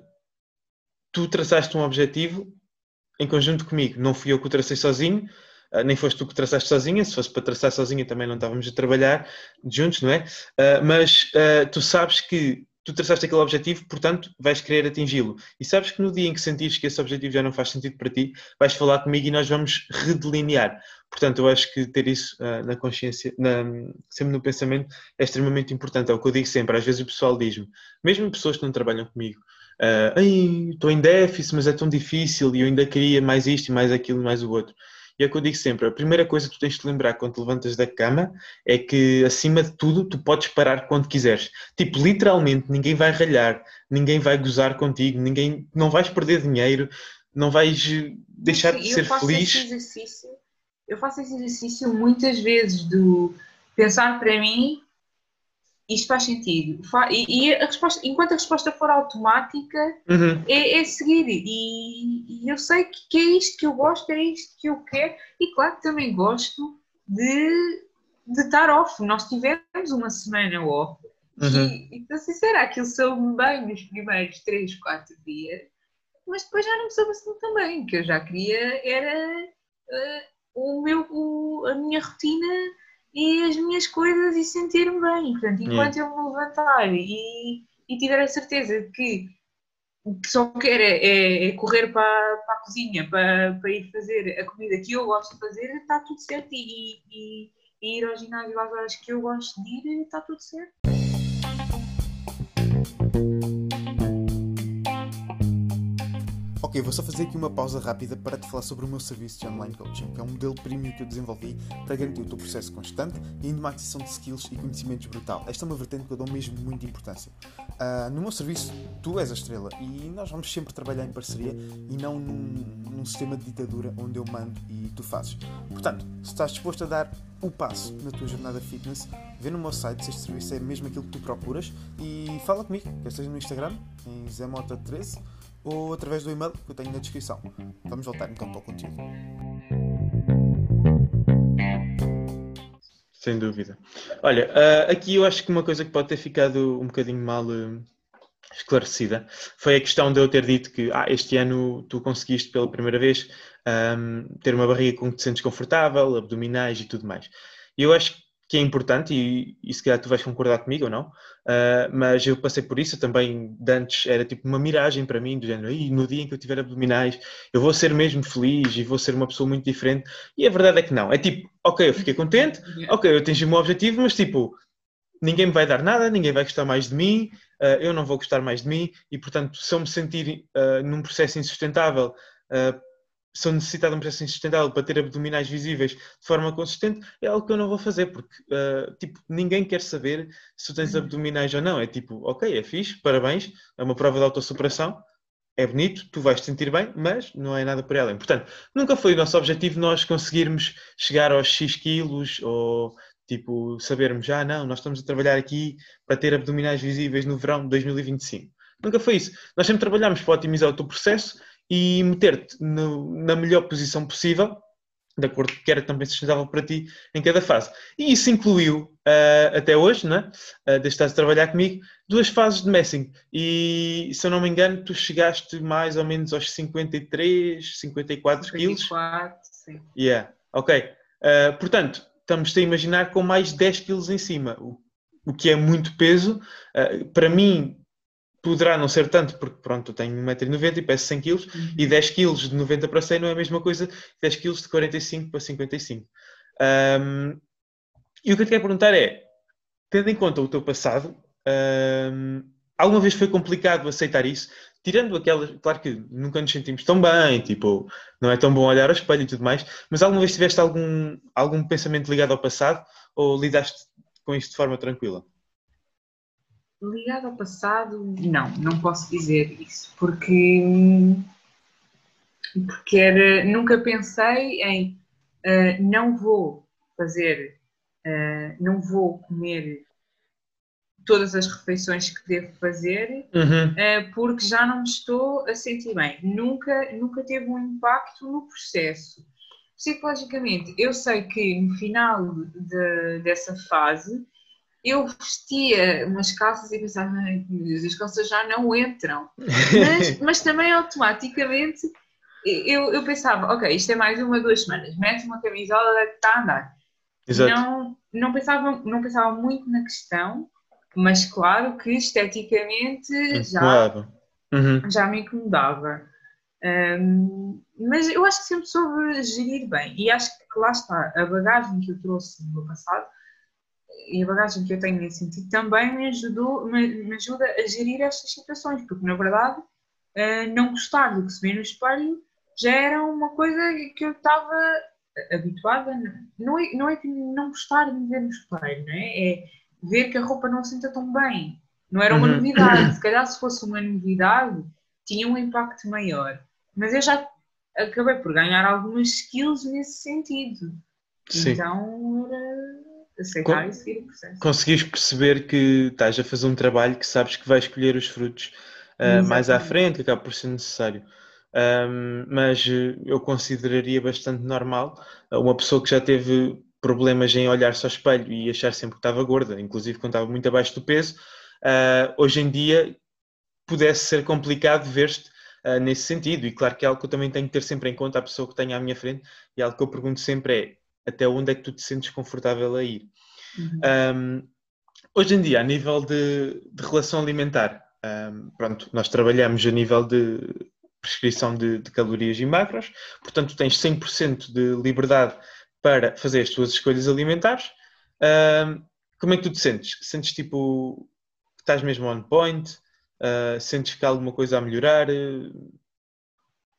tu traçaste um objetivo em conjunto comigo, não fui eu que o tracei sozinho, uh, nem foste tu que traçaste sozinha, se fosse para traçar sozinha também não estávamos a trabalhar juntos, não é? Uh, mas uh, tu sabes que tu traçaste aquele objetivo, portanto, vais querer atingi-lo. E sabes que no dia em que sentires que esse objetivo já não faz sentido para ti, vais falar comigo e nós vamos redelinear. Portanto, eu acho que ter isso uh, na consciência, na, sempre no pensamento, é extremamente importante. É o que eu digo sempre. Às vezes o pessoal diz-me, mesmo pessoas que não trabalham comigo, uh, estou em déficit, mas é tão difícil e eu ainda queria mais isto e mais aquilo e mais o outro. E é o que eu digo sempre, a primeira coisa que tu tens de lembrar quando te levantas da cama é que, acima de tudo, tu podes parar quando quiseres. Tipo, literalmente, ninguém vai ralhar, ninguém vai gozar contigo, ninguém, não vais perder dinheiro, não vais deixar Sim, de ser eu faço feliz. Esse exercício, eu faço esse exercício muitas vezes, do pensar para mim, isto faz sentido. E, e a resposta, enquanto a resposta for automática, uhum. é, é seguir. E, e eu sei que, que é isto que eu gosto, é isto que eu quero. E claro que também gosto de, de estar off. Nós tivemos uma semana off. Uhum. E, então, sincera, aquilo soube bem nos primeiros três, quatro dias. Mas depois já não me soube assim também. O que eu já queria era uh, o meu, o, a minha rotina e as minhas coisas e sentir-me bem. Portanto, enquanto yeah. eu me levantar e, e tiver a certeza de que o que só quero é, é, é correr para, para a cozinha, para, para ir fazer a comida que eu gosto de fazer, está tudo certo. E, e, e ir ao ginásio às horas que eu gosto de ir, está tudo certo. Ok, Ok, vou só fazer aqui uma pausa rápida para te falar sobre o meu serviço de online coaching, que é um modelo premium que eu desenvolvi para garantir o teu processo constante e ainda uma aquisição de skills e conhecimentos brutal. Esta é uma vertente que eu dou mesmo muita importância. Uh, no meu serviço, tu és a estrela e nós vamos sempre trabalhar em parceria e não num, num sistema de ditadura onde eu mando e tu fazes. Portanto, se estás disposto a dar o passo na tua jornada fitness, vê no meu site se este serviço é mesmo aquilo que tu procuras e fala comigo, quer seja no Instagram, em zé mota treze, ou através do e-mail que eu tenho na descrição. Vamos voltar então para o conteúdo. Sem dúvida. Olha, uh, aqui eu acho que uma coisa que pode ter ficado um bocadinho mal uh, esclarecida foi a questão de eu ter dito que ah, este ano tu conseguiste pela primeira vez um, ter uma barriga com que te sentes confortável, abdominais e tudo mais. E eu acho que é importante, e, e se calhar tu vais concordar comigo ou não, uh, mas eu passei por isso, eu também de antes era tipo uma miragem para mim, do género, no dia em que eu tiver abdominais eu vou ser mesmo feliz e vou ser uma pessoa muito diferente, e a verdade é que não, é tipo, ok, eu fiquei contente, ok, eu atingi o meu objetivo, mas tipo, ninguém me vai dar nada, ninguém vai gostar mais de mim, uh, eu não vou gostar mais de mim, e portanto, se eu me sentir uh, num processo insustentável, uh, se eu necessitar de um processo insustentável para ter abdominais visíveis de forma consistente, é algo que eu não vou fazer, porque uh, tipo, ninguém quer saber se tu tens abdominais ou não. É tipo, ok, é fixe, parabéns, é uma prova de autossuperação, é bonito, tu vais te sentir bem, mas não é nada por ela. Portanto, nunca foi o nosso objetivo nós conseguirmos chegar aos X quilos ou tipo, sabermos, já ah, não, nós estamos a trabalhar aqui para ter abdominais visíveis no verão de dois mil e vinte e cinco. Nunca foi isso. Nós sempre trabalhamos para otimizar o teu processo e meter-te na melhor posição possível, de acordo com o que era também sustentável para ti em cada fase. E isso incluiu, uh, até hoje, né? uh, desde que estás a trabalhar comigo, duas fases de messing. E, se eu não me engano, tu chegaste mais ou menos aos cinquenta e três, cinquenta e quatro quilos. cinquenta e quatro, sim. Yeah, ok. Uh, portanto, estamos a imaginar com mais dez quilos em cima, o, o que é muito peso. Uh, para mim, poderá não ser tanto, porque pronto, eu tenho um metro e noventa e peso cem quilos, uhum. E dez quilos de noventa para cem não é a mesma coisa que dez quilos de quarenta e cinco para cinquenta e cinco. Um, e o que eu te quero perguntar é, tendo em conta o teu passado, um, alguma vez foi complicado aceitar isso? Tirando aquelas, claro que nunca nos sentimos tão bem, tipo, não é tão bom olhar ao espelho e tudo mais, mas alguma vez tiveste algum, algum pensamento ligado ao passado ou lidaste com isto de forma tranquila? Ligado ao passado, não, não posso dizer isso, porque, porque era, nunca pensei em uh, não vou fazer, uh, não vou comer todas as refeições que devo fazer, uhum. uh, porque já não me estou a sentir bem. Nunca, nunca teve um impacto no processo. Psicologicamente, eu sei que no final de, dessa fase, eu vestia umas calças e pensava, meu Deus, as calças já não entram. Mas, mas também automaticamente eu, eu pensava, ok, isto é mais uma, duas semanas, mete uma camisola que está a andar. Exato. Não, não, pensava, não pensava muito na questão, mas claro que esteticamente já, uhum. já me incomodava. Um, mas eu acho que sempre soube gerir bem. E acho que lá está, a bagagem que eu trouxe no meu passado e a bagagem que eu tenho nesse sentido também me, ajudou, me, me ajuda a gerir estas situações, porque na verdade uh, não gostar do que se vê no espelho já era uma coisa que eu estava habituada, não é, não é que não gostar de me ver no espelho, não é? É ver que a roupa não se senta tão bem, não era uma uhum. novidade, se calhar se fosse uma novidade tinha um impacto maior, mas eu já acabei por ganhar algumas skills nesse sentido. Sim. Então era aceitar Con- e seguir o processo. Conseguiste perceber que estás a fazer um trabalho que sabes que vais colher os frutos uh, mais à frente, que acaba por ser necessário. Um, mas eu consideraria bastante normal uma pessoa que já teve problemas em olhar-se ao espelho e achar sempre que estava gorda, inclusive quando estava muito abaixo do peso, uh, hoje em dia pudesse ser complicado ver-te uh, nesse sentido. E claro que é algo que eu também tenho que ter sempre em conta, a pessoa que tenho à minha frente, e algo que eu pergunto sempre é até onde é que tu te sentes confortável a ir. Uhum. Um, hoje em dia, a nível de, de relação alimentar, um, pronto, nós trabalhamos a nível de prescrição de, de calorias e macros, portanto tens cem por cento de liberdade para fazer as tuas escolhas alimentares. Um, como é que tu te sentes? Sentes tipo que estás mesmo on point? Uh, sentes que há alguma coisa a melhorar?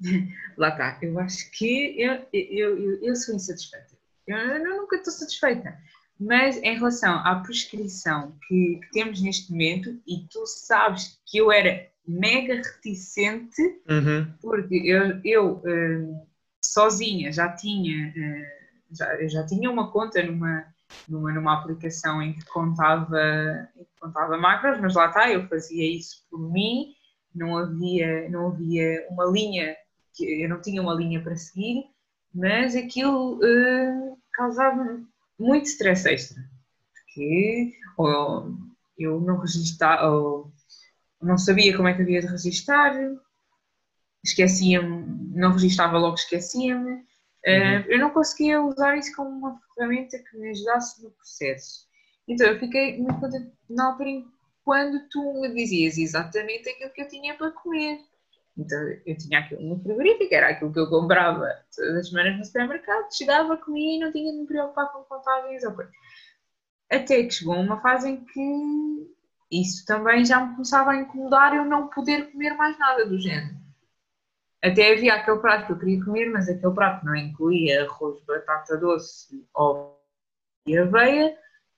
Lá está, eu acho que eu, eu, eu, eu sou insatisfeita. Eu, eu nunca estou satisfeita. Mas em relação à prescrição que, que temos neste momento, e tu sabes que eu era mega reticente, Uhum. porque eu, eu uh, sozinha já tinha, uh, já, eu já tinha uma conta numa, numa, numa aplicação em que contava, em que contava macros, mas lá está, eu fazia isso por mim, não havia, não havia uma linha, eu não tinha uma linha para seguir, mas aquilo uh, causava muito stress extra, porque ou eu não registava, ou não sabia como é que havia de registar, esquecia-me, não registava logo, esquecia-me. Uhum. Uh, eu não conseguia usar isso como uma ferramenta que me ajudasse no processo. Então eu fiquei muito contente na altura quando tu me dizias exatamente aquilo que eu tinha para comer. Então eu tinha aquilo no frigorífico, era aquilo que eu comprava todas as semanas no supermercado, chegava, comia e não tinha de me preocupar com contagens ou coisa. Até que chegou uma fase em que isso também já me começava a incomodar eu não poder comer mais nada do género. Até havia aquele prato que eu queria comer, mas aquele prato não incluía arroz, batata doce ou aveia,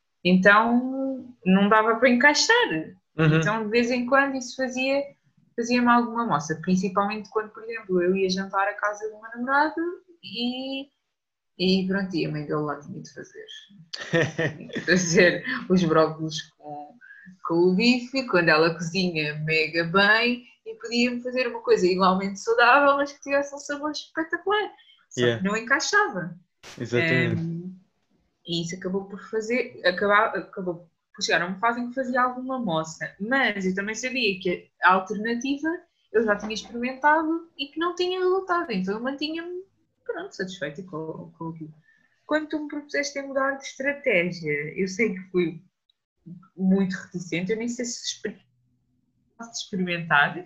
então não dava para encaixar. Uhum. Então de vez em quando isso fazia, fazia-me alguma moça, principalmente quando, por exemplo, eu ia jantar à casa do meu namorado e, e pronto, e a mãe dele lá tinha de fazer. Tinha de fazer os brócolos com, com o bife, quando ela cozinha mega bem, e podia-me fazer uma coisa igualmente saudável, mas que tivesse um sabor espetacular. Só yeah. que não encaixava. Exatamente. Um, e isso acabou por fazer, acabar, acabou por chegar a uma fase em que fazia alguma moça. Mas eu também sabia que a alternativa eu já tinha experimentado e que não tinha resultado. Então eu mantinha-me, pronto, satisfeita com, com aquilo. Quando tu me propuseste em mudar de estratégia, eu sei que fui muito reticente, eu nem sei se posso experimentar.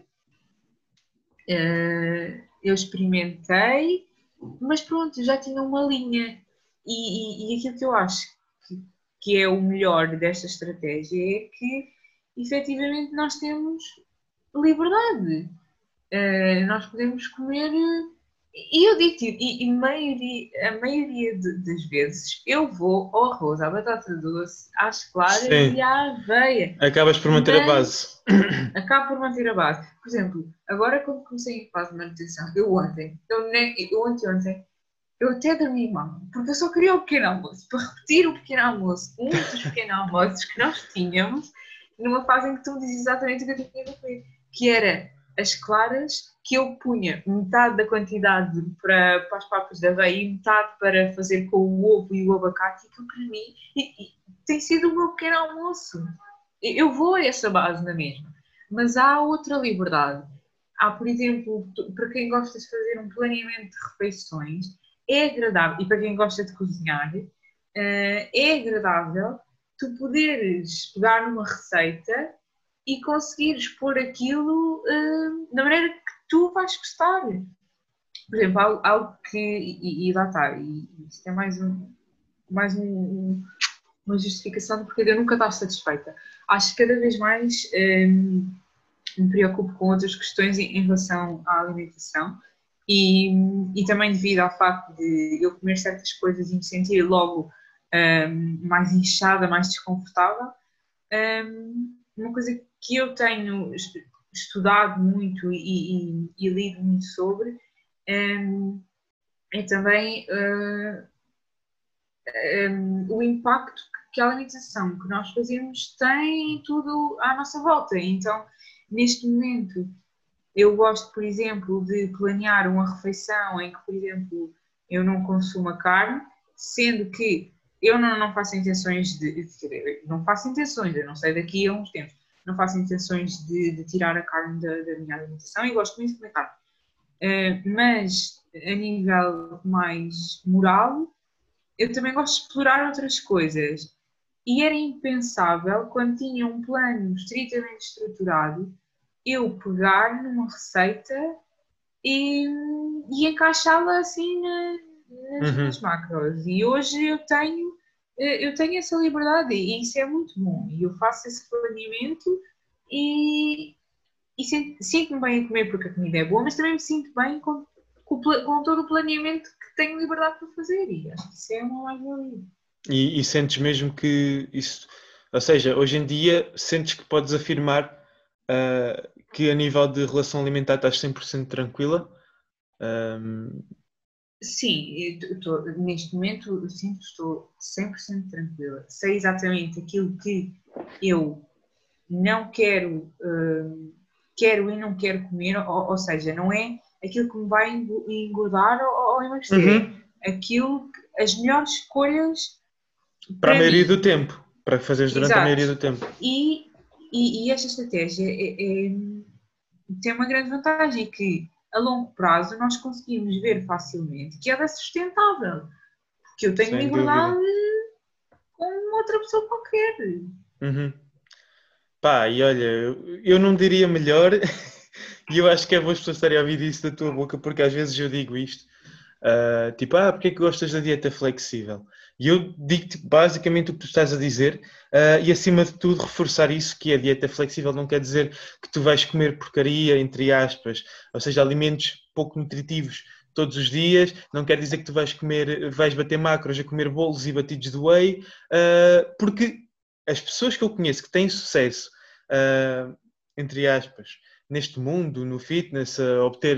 Uh, eu experimentei, mas pronto, já tinha uma linha. E, e, e aquilo que eu acho que, que é o melhor desta estratégia é que, efetivamente, nós temos liberdade. Uh, nós podemos comer... E eu digo-te, e, e maioria, a maioria de, das vezes, eu vou ao arroz, à batata doce, às claras Sim. e à aveia. Acabas por manter mas, a base. Acabo por manter a base. Por exemplo, agora quando comecei em fase de manutenção, eu ontem, eu, nem, eu ontem, eu até dormi mal, porque eu só queria o pequeno almoço, para repetir o pequeno almoço, um dos pequenos almoços que nós tínhamos, numa fase em que tu me dizes exatamente o que eu tinha que comer, que era as claras, que eu punha metade da quantidade para, para as papas de aveia e metade para fazer com o ovo e o abacate, que para mim e, e, tem sido o meu pequeno almoço. Eu vou a essa base na mesma, mas há outra liberdade. Há, por exemplo, para quem gosta de fazer um planeamento de refeições, é agradável, e para quem gosta de cozinhar, é agradável tu poderes pegar numa receita e conseguires pôr aquilo uh, da maneira que tu vais gostar. Por exemplo, algo, algo que, e, e lá está, e isto é mais, um, mais um, uma justificação de porque eu nunca estava satisfeita. Acho que cada vez mais um, me preocupo com outras questões em, em relação à alimentação e, e também devido ao facto de eu comer certas coisas e me sentir logo um, mais inchada, mais desconfortável. Um, uma coisa que eu tenho estudado muito e, e, e lido muito sobre um, é também uh, um, o impacto que a alimentação que nós fazemos tem em tudo à nossa volta. Então, neste momento, eu gosto, por exemplo, de planear uma refeição em que, por exemplo, eu não consumo a carne, sendo que eu não, não faço intenções de... Não faço intenções, eu não sei daqui a uns tempos. Não faço intenções de, de tirar a carne da, da minha alimentação e gosto muito de comer carne. Uh, mas, a nível mais moral, eu também gosto de explorar outras coisas. E era impensável, quando tinha um plano estritamente estruturado, eu pegar numa receita e, e encaixá-la assim na, nas, uhum. nas macros. E hoje eu tenho... eu tenho essa liberdade e isso é muito bom. E eu faço esse planeamento e, e sinto-me bem a comer porque a comida é boa, mas também me sinto bem quando, com, com todo o planeamento que tenho liberdade para fazer. E acho que isso é uma mais-valia. E, e sentes mesmo que isso, ou seja, hoje em dia sentes que podes afirmar uh, que a nível de relação alimentar estás cem por cento tranquila? Um... Sim, eu tô, neste momento eu sinto que estou cem por cento tranquila. Sei exatamente aquilo que eu não quero, uh, quero e não quero comer, ou, ou seja, não é aquilo que me vai engordar ou, ou emagrecer. Uhum. Aquilo, as melhores escolhas para, para a maioria mim. do tempo, para fazeres durante Exato. a maioria do tempo. E, e, e esta estratégia é, é, tem uma grande vantagem, que a longo prazo nós conseguimos ver facilmente que ela é sustentável, porque eu tenho Sem liberdade dúvida. com outra pessoa qualquer. Uhum. Pá, e olha, eu, eu não diria melhor, e eu acho que é bom as pessoas estarem a ouvir isso da tua boca, porque às vezes eu digo isto, uh, tipo, ah, porque é que gostas da dieta flexível? E eu digo-te basicamente o que tu estás a dizer, uh, e acima de tudo reforçar isso, que a dieta flexível não quer dizer que tu vais comer porcaria, entre aspas, ou seja, alimentos pouco nutritivos todos os dias, não quer dizer que tu vais comer, vais bater macros a comer bolos e batidos de whey, uh, porque as pessoas que eu conheço que têm sucesso, uh, entre aspas, neste mundo, no fitness, a, obter,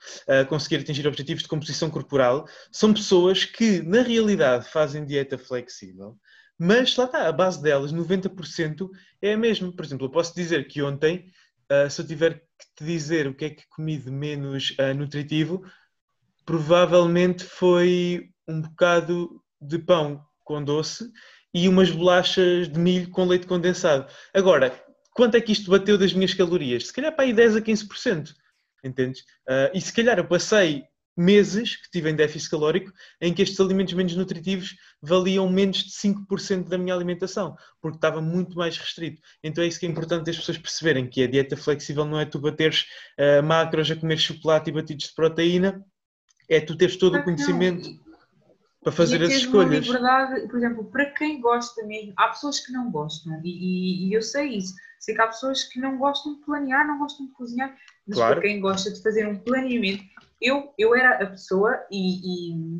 a conseguir atingir objetivos de composição corporal, são pessoas que, na realidade, fazem dieta flexível, mas lá está, a base delas, noventa por cento é a mesma. Por exemplo, eu posso dizer que ontem, uh, se eu tiver que te dizer o que é que comi de menos uh, nutritivo, provavelmente foi um bocado de pão com doce e umas bolachas de milho com leite condensado. Agora, quanto é que isto bateu das minhas calorias? Se calhar para aí dez a quinze por cento, entendes? Uh, e se calhar eu passei meses que tive em déficit calórico em que estes alimentos menos nutritivos valiam menos de cinco por cento da minha alimentação, porque estava muito mais restrito. Então é isso que é importante as pessoas perceberem, que a dieta flexível não é tu bateres uh, macros a comer chocolate e batidos de proteína, é tu teres todo o conhecimento para fazer e as teres uma escolhas. liberdade, por exemplo, para quem gosta mesmo, há pessoas que não gostam, e, e, e eu sei isso, sei que há pessoas que não gostam de planear, não gostam de cozinhar, mas Claro. para quem gosta de fazer um planeamento, eu, eu era a pessoa, e, e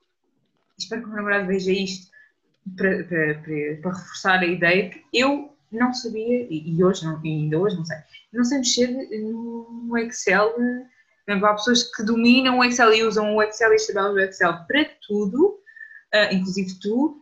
espero que o meu namorado veja isto, para, para, para, para reforçar a ideia, que eu não sabia, e, e hoje não, e ainda hoje não sei, não sei mexer no Excel. Por exemplo, há pessoas que dominam o Excel e usam o Excel e as tabelas do Excel para tudo, uh, inclusive tu.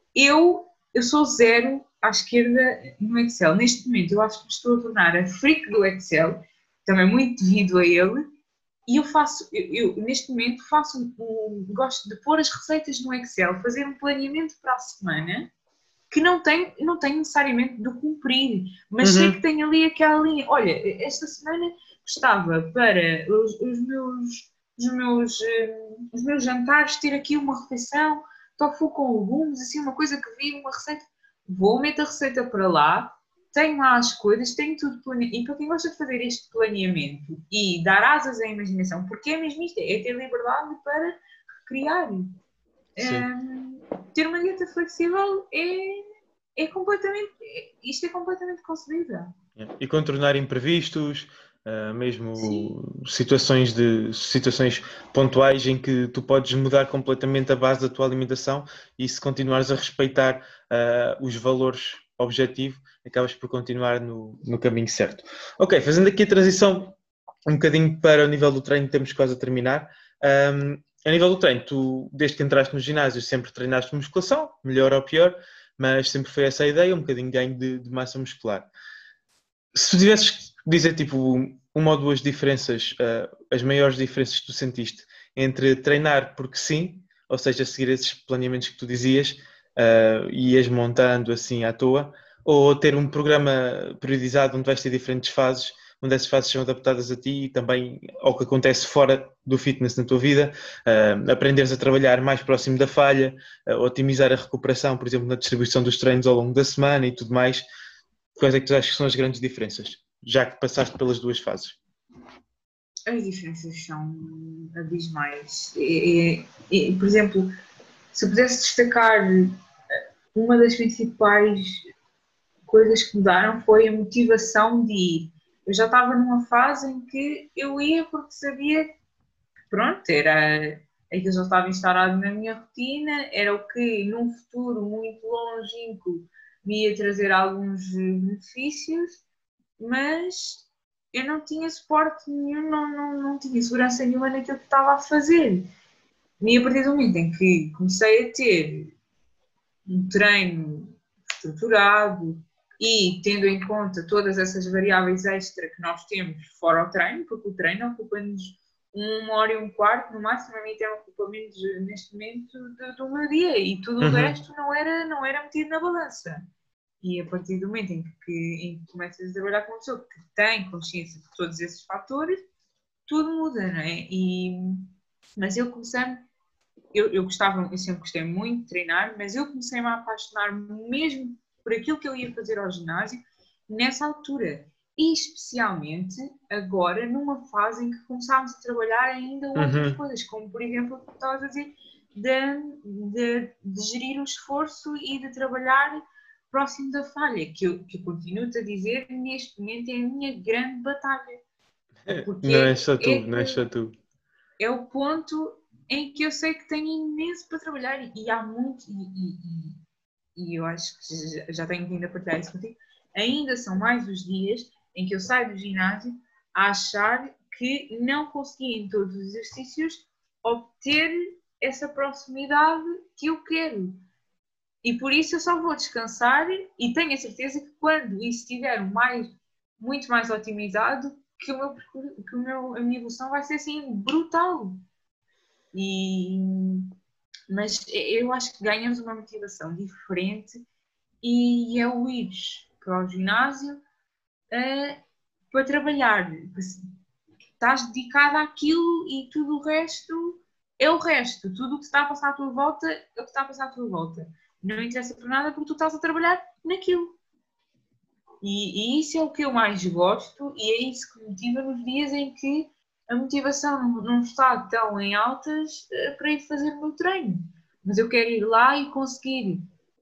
Eu, eu sou zero à esquerda no Excel. Neste momento, eu acho que me estou a tornar a freak do Excel, também muito devido a ele, e eu faço, eu, eu neste momento, faço um, um, gosto de pôr as receitas no Excel, fazer um planeamento para a semana, que não tenho, não tenho necessariamente de cumprir, mas uhum. sei que tenho ali aquela linha. Olha, esta semana gostava para os, os, meus, os, meus, um, os meus jantares ter aqui uma refeição, tofu com legumes, assim, uma coisa que vi, uma receita. Vou meter a receita para lá, tenho lá as coisas, tenho tudo planeado. E para quem gosta de fazer este planeamento e dar asas à imaginação, porque é mesmo isto, é ter liberdade para criar. Um, ter uma dieta flexível é, é completamente, é, isto é completamente concebível. E contornar imprevistos, uh, mesmo situações, de, situações pontuais em que tu podes mudar completamente a base da tua alimentação, e se continuares a respeitar uh, os valores objetivo, acabas por continuar no, no caminho certo. Ok, fazendo aqui a transição um bocadinho para o nível do treino, temos quase a terminar. Um, A nível do treino, tu, desde que entraste no ginásio, sempre treinaste musculação, melhor ou pior, mas sempre foi essa a ideia, um bocadinho de ganho de, de massa muscular. Se tu tivesses que dizer, tipo, uma ou duas diferenças, uh, as maiores diferenças que tu sentiste entre treinar porque sim, ou seja, seguir esses planeamentos que tu dizias, uh, e ias montando assim à toa, ou ter um programa periodizado onde vais ter diferentes fases, onde essas fases são adaptadas a ti e também ao que acontece fora do fitness na tua vida, uh, aprenderes a trabalhar mais próximo da falha, uh, otimizar a recuperação, por exemplo, na distribuição dos treinos ao longo da semana e tudo mais. Quais é que tu achas que são as grandes diferenças, já que passaste pelas duas fases? As diferenças são abismais. E, e, e, por exemplo, se eu pudesse destacar uma das principais coisas que mudaram foi a motivação de ir. Eu já estava numa fase em que eu ia porque sabia, pronto, era aquilo já estava instaurado na minha rotina, era o que num futuro muito longínquo me ia trazer alguns benefícios, mas eu não tinha suporte nenhum, não, não, não tinha segurança nenhuma naquilo que estava a fazer. E a partir do momento em que comecei a ter um treino estruturado e tendo em conta todas essas variáveis extra que nós temos fora o treino, porque o treino ocupa-nos uma hora e um quarto, no máximo a mim tem ocupa menos neste momento do, do meu dia, e tudo uhum. o resto não era, não era metido na balança. E a partir do momento em que, em que começas a trabalhar com uma pessoa que tem consciência de todos esses fatores, tudo muda, não é? E, mas eu comecei, eu, eu gostava, eu sempre gostei muito de treinar, mas eu comecei-me a apaixonar mesmo por aquilo que eu ia fazer ao ginásio nessa altura. E especialmente agora, numa fase em que começámos a trabalhar ainda outras uhum. coisas, como por exemplo o que estavas a dizer, de, de, de gerir o esforço e de trabalhar próximo da falha, que eu, que eu continuo-te a dizer, neste momento é a minha grande batalha. Não é só tu, é, não é só tu. É o ponto em que eu sei que tenho imenso para trabalhar, e há muito, e, e, e, e eu acho que já, já tenho vindo a partilhar isso contigo, ainda são mais os dias em que eu saio do ginásio a achar que não consegui em todos os exercícios obter essa proximidade que eu quero. E por isso eu só vou descansar, e tenho a certeza que quando isso estiver mais, muito mais otimizado, que, o meu, que o meu, a minha evolução vai ser assim brutal. E, mas eu acho que ganhamos uma motivação diferente, e é o ir para o ginásio uh, para trabalhar. Estás dedicado àquilo e tudo o resto é o resto. Tudo o que está a passar à tua volta é o que está a passar à tua volta. Não interessa por nada porque tu estás a trabalhar naquilo. E, e isso é o que eu mais gosto, e é isso que me motiva nos dias em que a motivação não, não está tão em altas uh, para ir fazer o meu treino. Mas eu quero ir lá e conseguir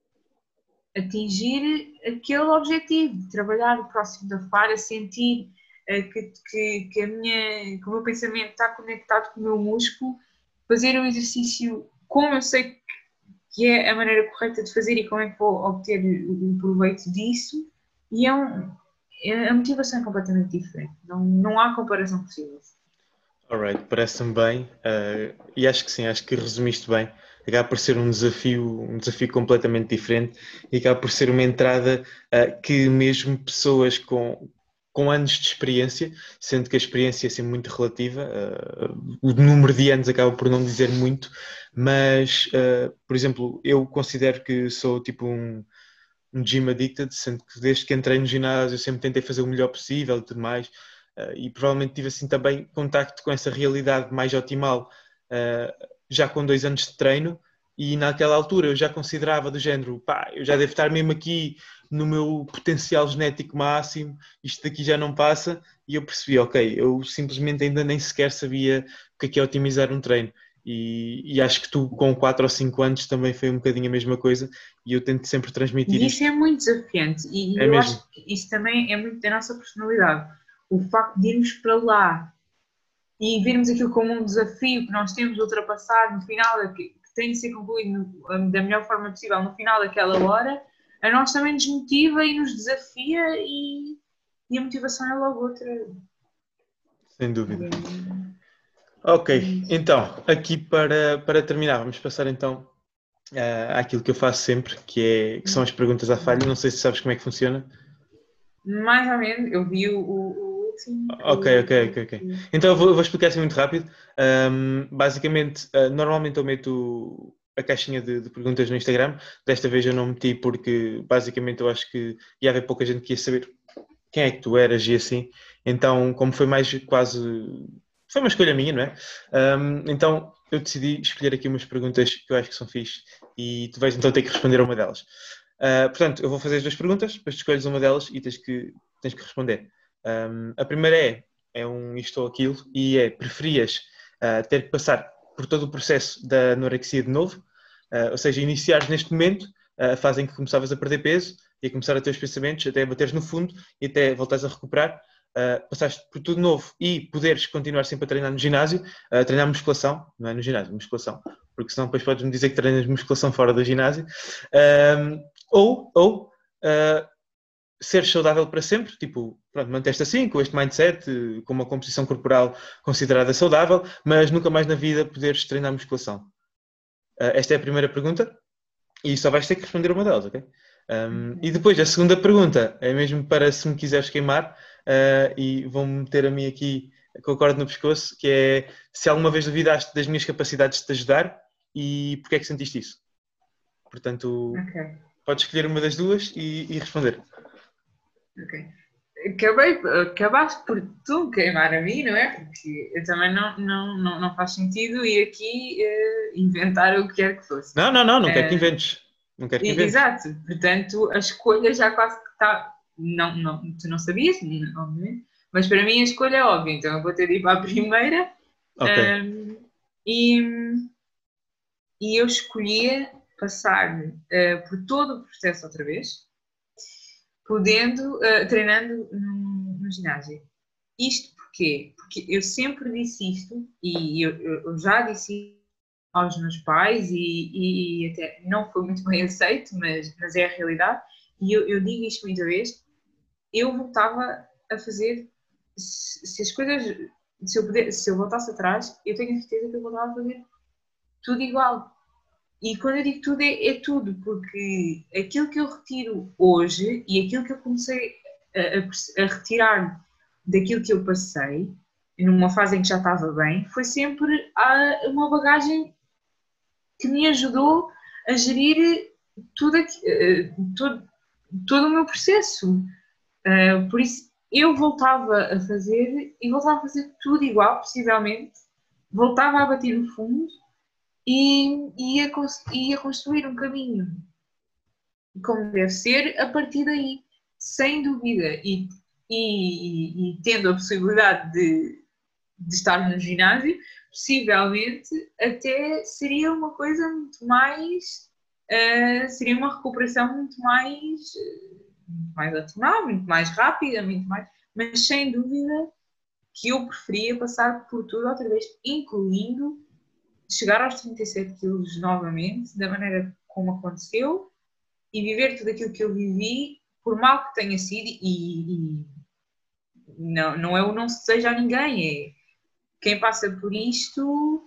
atingir aquele objetivo, trabalhar próximo da falha, sentir uh, que, que, que, a minha, que o meu pensamento está conectado com o meu músculo, fazer um exercício como eu sei que é a maneira correta de fazer e como é que vou obter o proveito disso, e é um, é, a motivação é completamente diferente, não, não há comparação possível. Alright, parece-me bem, uh, e acho que sim, acho que resumiste bem. Acaba por ser um desafio, um desafio completamente diferente, e acaba por ser uma entrada uh, que mesmo pessoas com, com anos de experiência, sendo que a experiência é sempre muito relativa, uh, o número de anos acaba por não dizer muito, mas, uh, por exemplo, eu considero que sou tipo um, um gym addicted, sendo que desde que entrei no ginásio eu sempre tentei fazer o melhor possível e tudo mais, uh, e provavelmente tive assim também contacto com essa realidade mais optimal, uh, já com dois anos de treino, e naquela altura eu já considerava do género, pá, eu já devo estar mesmo aqui no meu potencial genético máximo, isto daqui já não passa, e eu percebi, ok, eu simplesmente ainda nem sequer sabia o que é que é otimizar um treino, e, e acho que tu com quatro ou cinco anos também foi um bocadinho a mesma coisa, e eu tento sempre transmitir e isso. Isso é muito desafiante, e é eu mesmo. Acho que isso também é muito da nossa personalidade, o facto de irmos para lá e vermos aquilo como um desafio que nós temos de ultrapassar no final, que, que tem de ser concluído no, da melhor forma possível no final daquela hora, a nós também nos motiva e nos desafia, e, e a motivação é logo outra. Sem dúvida. É... Ok, então, aqui para, para terminar, vamos passar então uh, àquilo que eu faço sempre, que, é, que são as perguntas à falha. Não sei se sabes como é que funciona. Mais ou menos, eu vi o, o último. Ok, ok, ok, ok. Então eu vou, eu vou explicar assim muito rápido. Um, basicamente, uh, normalmente eu meto a caixinha de, de perguntas no Instagram. Desta vez eu não meti porque basicamente eu acho que ia haver pouca gente que ia saber quem é que tu eras e assim. Então, como foi mais quase... Foi uma escolha minha, não é? Um, então eu decidi escolher aqui umas perguntas que eu acho que são fixe, e tu vais então ter que responder a uma delas. Uh, portanto, eu vou fazer as duas perguntas, depois tu escolhes uma delas e tens que, tens que responder. Um, a primeira é, é um isto ou aquilo, e é, preferias uh, ter que passar por todo o processo da anorexia de novo, uh, ou seja, iniciares neste momento a fase em que começavas a perder peso e a começar a ter os pensamentos, até bateres no fundo e até voltares a recuperar, uh, passaste por tudo novo e poderes continuar sempre a treinar no ginásio, uh, treinar musculação, não é no ginásio, musculação, porque senão depois podes-me dizer que treinas musculação fora do ginásio, um, ou, ou uh, seres saudável para sempre, tipo, pronto, manteste assim, com este mindset, com uma composição corporal considerada saudável, mas nunca mais na vida poderes treinar musculação. Uh, esta é a primeira pergunta e só vais ter que responder uma delas, ok? Um, e depois a segunda pergunta é mesmo para se me quiseres queimar uh, e vão-me meter a mim aqui com a corda no pescoço, que é se alguma vez duvidaste das minhas capacidades de te ajudar e porque é que sentiste isso? Portanto, Okay. podes escolher uma das duas e, e responder. Ok. Acabei, acabaste por tu queimar a mim, não é? Porque eu também não, não, não, não faz sentido ir aqui uh, inventar o que quer que fosse. Não, não, não, não quero que Uh, inventes. Não quero que inventes. Exato, portanto a escolha já quase que está. Não, não, tu não sabias, obviamente, mas para mim a escolha é óbvia, então eu vou ter de ir para a primeira. Ok. Um, e, e eu escolhia passar uh, por todo o processo outra vez, podendo, uh, treinando no, no ginásio. Isto porquê? Porque eu sempre disse isto, e eu, eu já disse aos meus pais, e, e até não foi muito bem aceito, mas, mas é a realidade, e eu, eu digo isto muita vez, eu voltava a fazer, se, se as coisas, se eu, puder, se eu voltasse atrás, eu tenho a certeza que eu voltava a fazer tudo igual. E quando eu digo tudo, é, é tudo, porque aquilo que eu retiro hoje e aquilo que eu comecei a, a, a retirar daquilo que eu passei, numa fase em que já estava bem, foi sempre a, uma bagagem que me ajudou a gerir tudo, uh, todo, todo o meu processo. Uh, por isso, eu voltava a fazer, e voltava a fazer tudo igual, possivelmente, voltava a bater no fundo, e ia, ia construir um caminho como deve ser a partir daí, sem dúvida, e, e, e tendo a possibilidade de, de estar no ginásio, possivelmente até seria uma coisa muito mais, uh, seria uma recuperação muito mais, uh, muito mais atonal, muito mais rápida, muito mais, mas sem dúvida que eu preferia passar por tudo outra vez, incluindo chegar aos trinta e sete quilos novamente, da maneira como aconteceu, e viver tudo aquilo que eu vivi, por mal que tenha sido, e, e não, não é o não se deseja a ninguém, é quem passa por isto,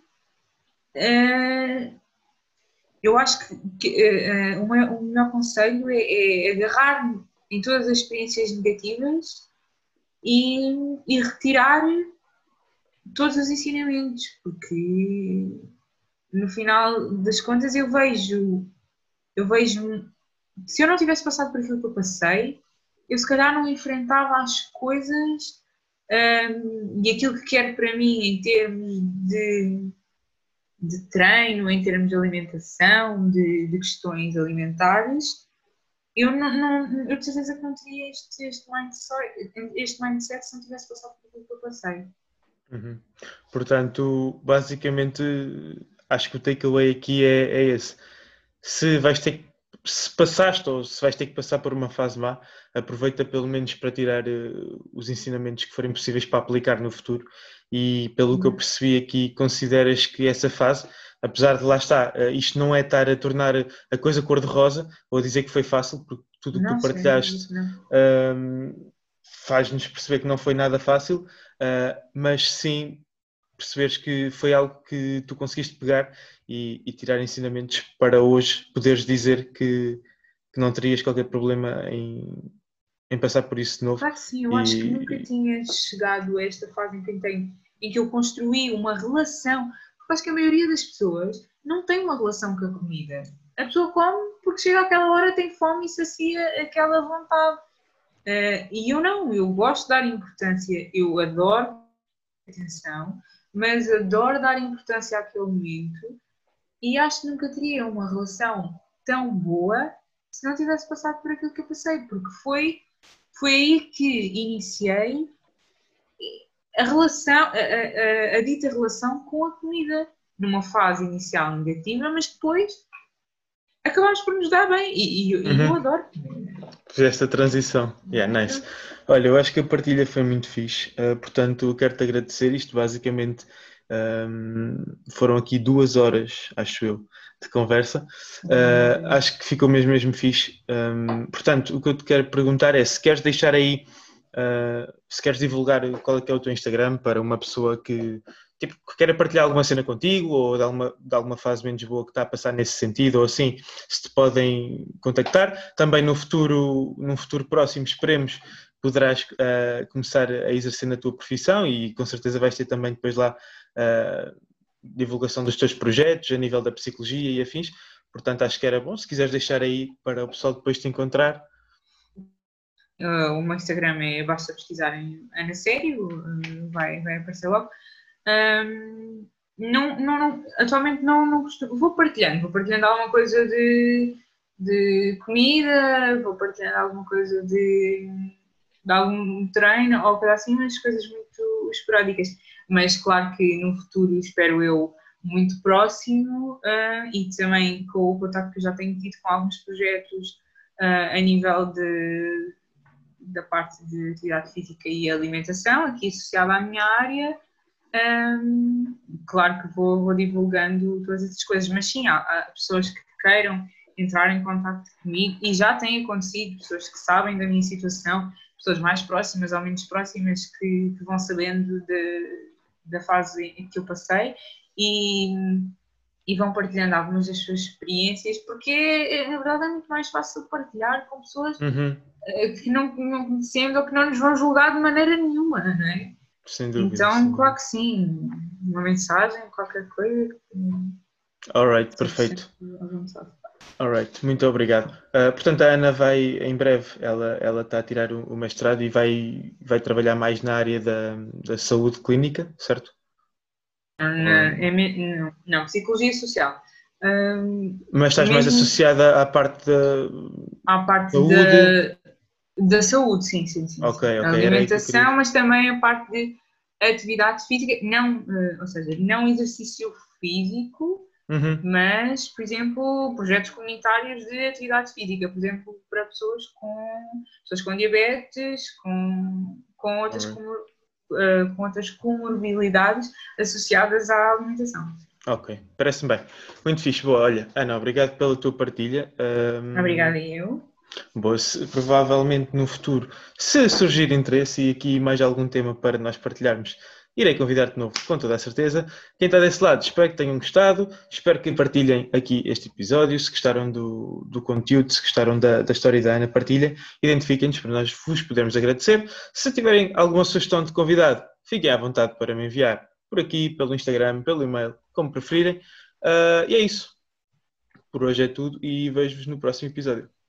é, eu acho que, que é, o, meu, o melhor conselho é, é agarrar em todas as experiências negativas e, e retirar todos os ensinamentos, porque no final das contas eu vejo, eu vejo, se eu não tivesse passado por aquilo que eu passei, eu se calhar não enfrentava as coisas um, e aquilo que quero para mim em termos de, de treino, em termos de alimentação, de, de questões alimentares, eu não, não eu tenho certeza que não teria este, este, mindset, este mindset se não tivesse passado por aquilo que eu passei. Uhum. Portanto, basicamente, acho que o takeaway aqui é, é esse. Se vais ter que, se passaste ou se vais ter que passar por uma fase má, aproveita pelo menos para tirar uh, os ensinamentos que forem possíveis para aplicar no futuro. E pelo uhum. que eu percebi aqui, consideras que essa fase, apesar de lá estar, uh, isto não é estar a tornar a coisa cor-de-rosa ou a dizer que foi fácil, porque tudo o que tu partilhaste um, faz-nos perceber que não foi nada fácil, uh, mas sim perceberes que foi algo que tu conseguiste pegar e, e tirar ensinamentos para hoje poderes dizer que, que não terias qualquer problema em, em passar por isso de novo. Claro que sim, eu e, acho que nunca tinha chegado a esta fase em que, tenho, em que eu construí uma relação, porque acho que a maioria das pessoas não tem uma relação com a comida. A pessoa come porque chega àquela hora, tem fome e sacia aquela vontade. Uh, e eu não, eu gosto de dar importância, eu adoro atenção, mas adoro dar importância àquele momento e acho que nunca teria uma relação tão boa se não tivesse passado por aquilo que eu passei, porque foi, foi aí que iniciei a relação, a, a, a dita relação com a comida, numa fase inicial negativa, mas depois acabámos por nos dar bem e, e, uhum. e eu adoro. Fizeste a transição. Yeah, nice. Olha, eu acho que a partilha foi muito fixe, uh, portanto, quero-te agradecer. Isto basicamente um, foram aqui duas horas, acho eu, de conversa. Uh, acho que ficou mesmo, mesmo fixe. Um, portanto, o que eu te quero perguntar é se queres deixar aí, uh, se queres divulgar qual é que é o teu Instagram para uma pessoa que, tipo, que queira partilhar alguma cena contigo ou de alguma, de alguma fase menos boa que está a passar nesse sentido ou assim, se te podem contactar. Também no futuro, num futuro próximo, esperemos, poderás uh, começar a exercer na tua profissão e com certeza vais ter também depois lá uh, divulgação dos teus projetos a nível da psicologia e afins. Portanto, acho que era bom, se quiseres deixar aí para o pessoal depois te encontrar. Uh, o meu Instagram é, basta pesquisar em Ana Sério, uh, vai, vai aparecer logo. Um, não, não, não, atualmente não, não costumo, vou partilhando, vou partilhando alguma coisa de, de comida, vou partilhando alguma coisa de, de algum treino ou coisa assim, mas coisas muito esporádicas. Mas claro que no futuro, espero eu, muito próximo uh, e também com o contato que eu já tenho tido com alguns projetos uh, a nível de, da parte de atividade física e alimentação, aqui associada à minha área. Um, claro que vou, vou divulgando todas essas coisas, mas sim, há, há pessoas que queiram entrar em contato comigo e já tem acontecido, pessoas que sabem da minha situação, pessoas mais próximas ou menos próximas que, que vão sabendo de, da fase em que eu passei e, e vão partilhando algumas das suas experiências, porque na verdade é muito mais fácil partilhar com pessoas Uhum. que não, não conhecemos ou que não nos vão julgar de maneira nenhuma, não é? Sem dúvida. Então, sem dúvida. claro que sim, uma mensagem, qualquer coisa. Alright, perfeito. Alright, muito obrigado. Uh, portanto, a Ana vai, em breve, ela ela está a tirar o, o mestrado e vai, vai trabalhar mais na área da, da saúde clínica, certo? Não, é me- não, não, psicologia social. Hum, Mas estás mais mesmo associada à parte da à parte saúde? da, da saúde, sim, sim, sim. Ok, sim. ok, A era aí que eu alimentação, queria. mas também a parte de atividade física, não, eh, ou seja, não exercício físico, Uhum. mas, por exemplo, projetos comunitários de atividade física, por exemplo, para pessoas com, pessoas com diabetes, com, com, outras, Alright. comor, uh, com outras comorbilidades associadas à alimentação. Ok, parece-me bem. Muito fixe. Boa, olha, Ana, obrigado pela tua partilha. Um, Obrigada, eu. Boa, se, provavelmente no futuro, se surgir interesse e aqui mais algum tema para nós partilharmos, irei convidar-te de novo, com toda a certeza. Quem está desse lado, espero que tenham gostado, espero que partilhem aqui este episódio, se gostaram do, do conteúdo, se gostaram da, da história da Ana, partilhem, identifiquem-nos para nós vos podermos agradecer. Se tiverem alguma sugestão de convidado, fiquem à vontade para me enviar por aqui, pelo Instagram, pelo e-mail, como preferirem. Uh, e é isso. Por hoje é tudo e vejo-vos no próximo episódio.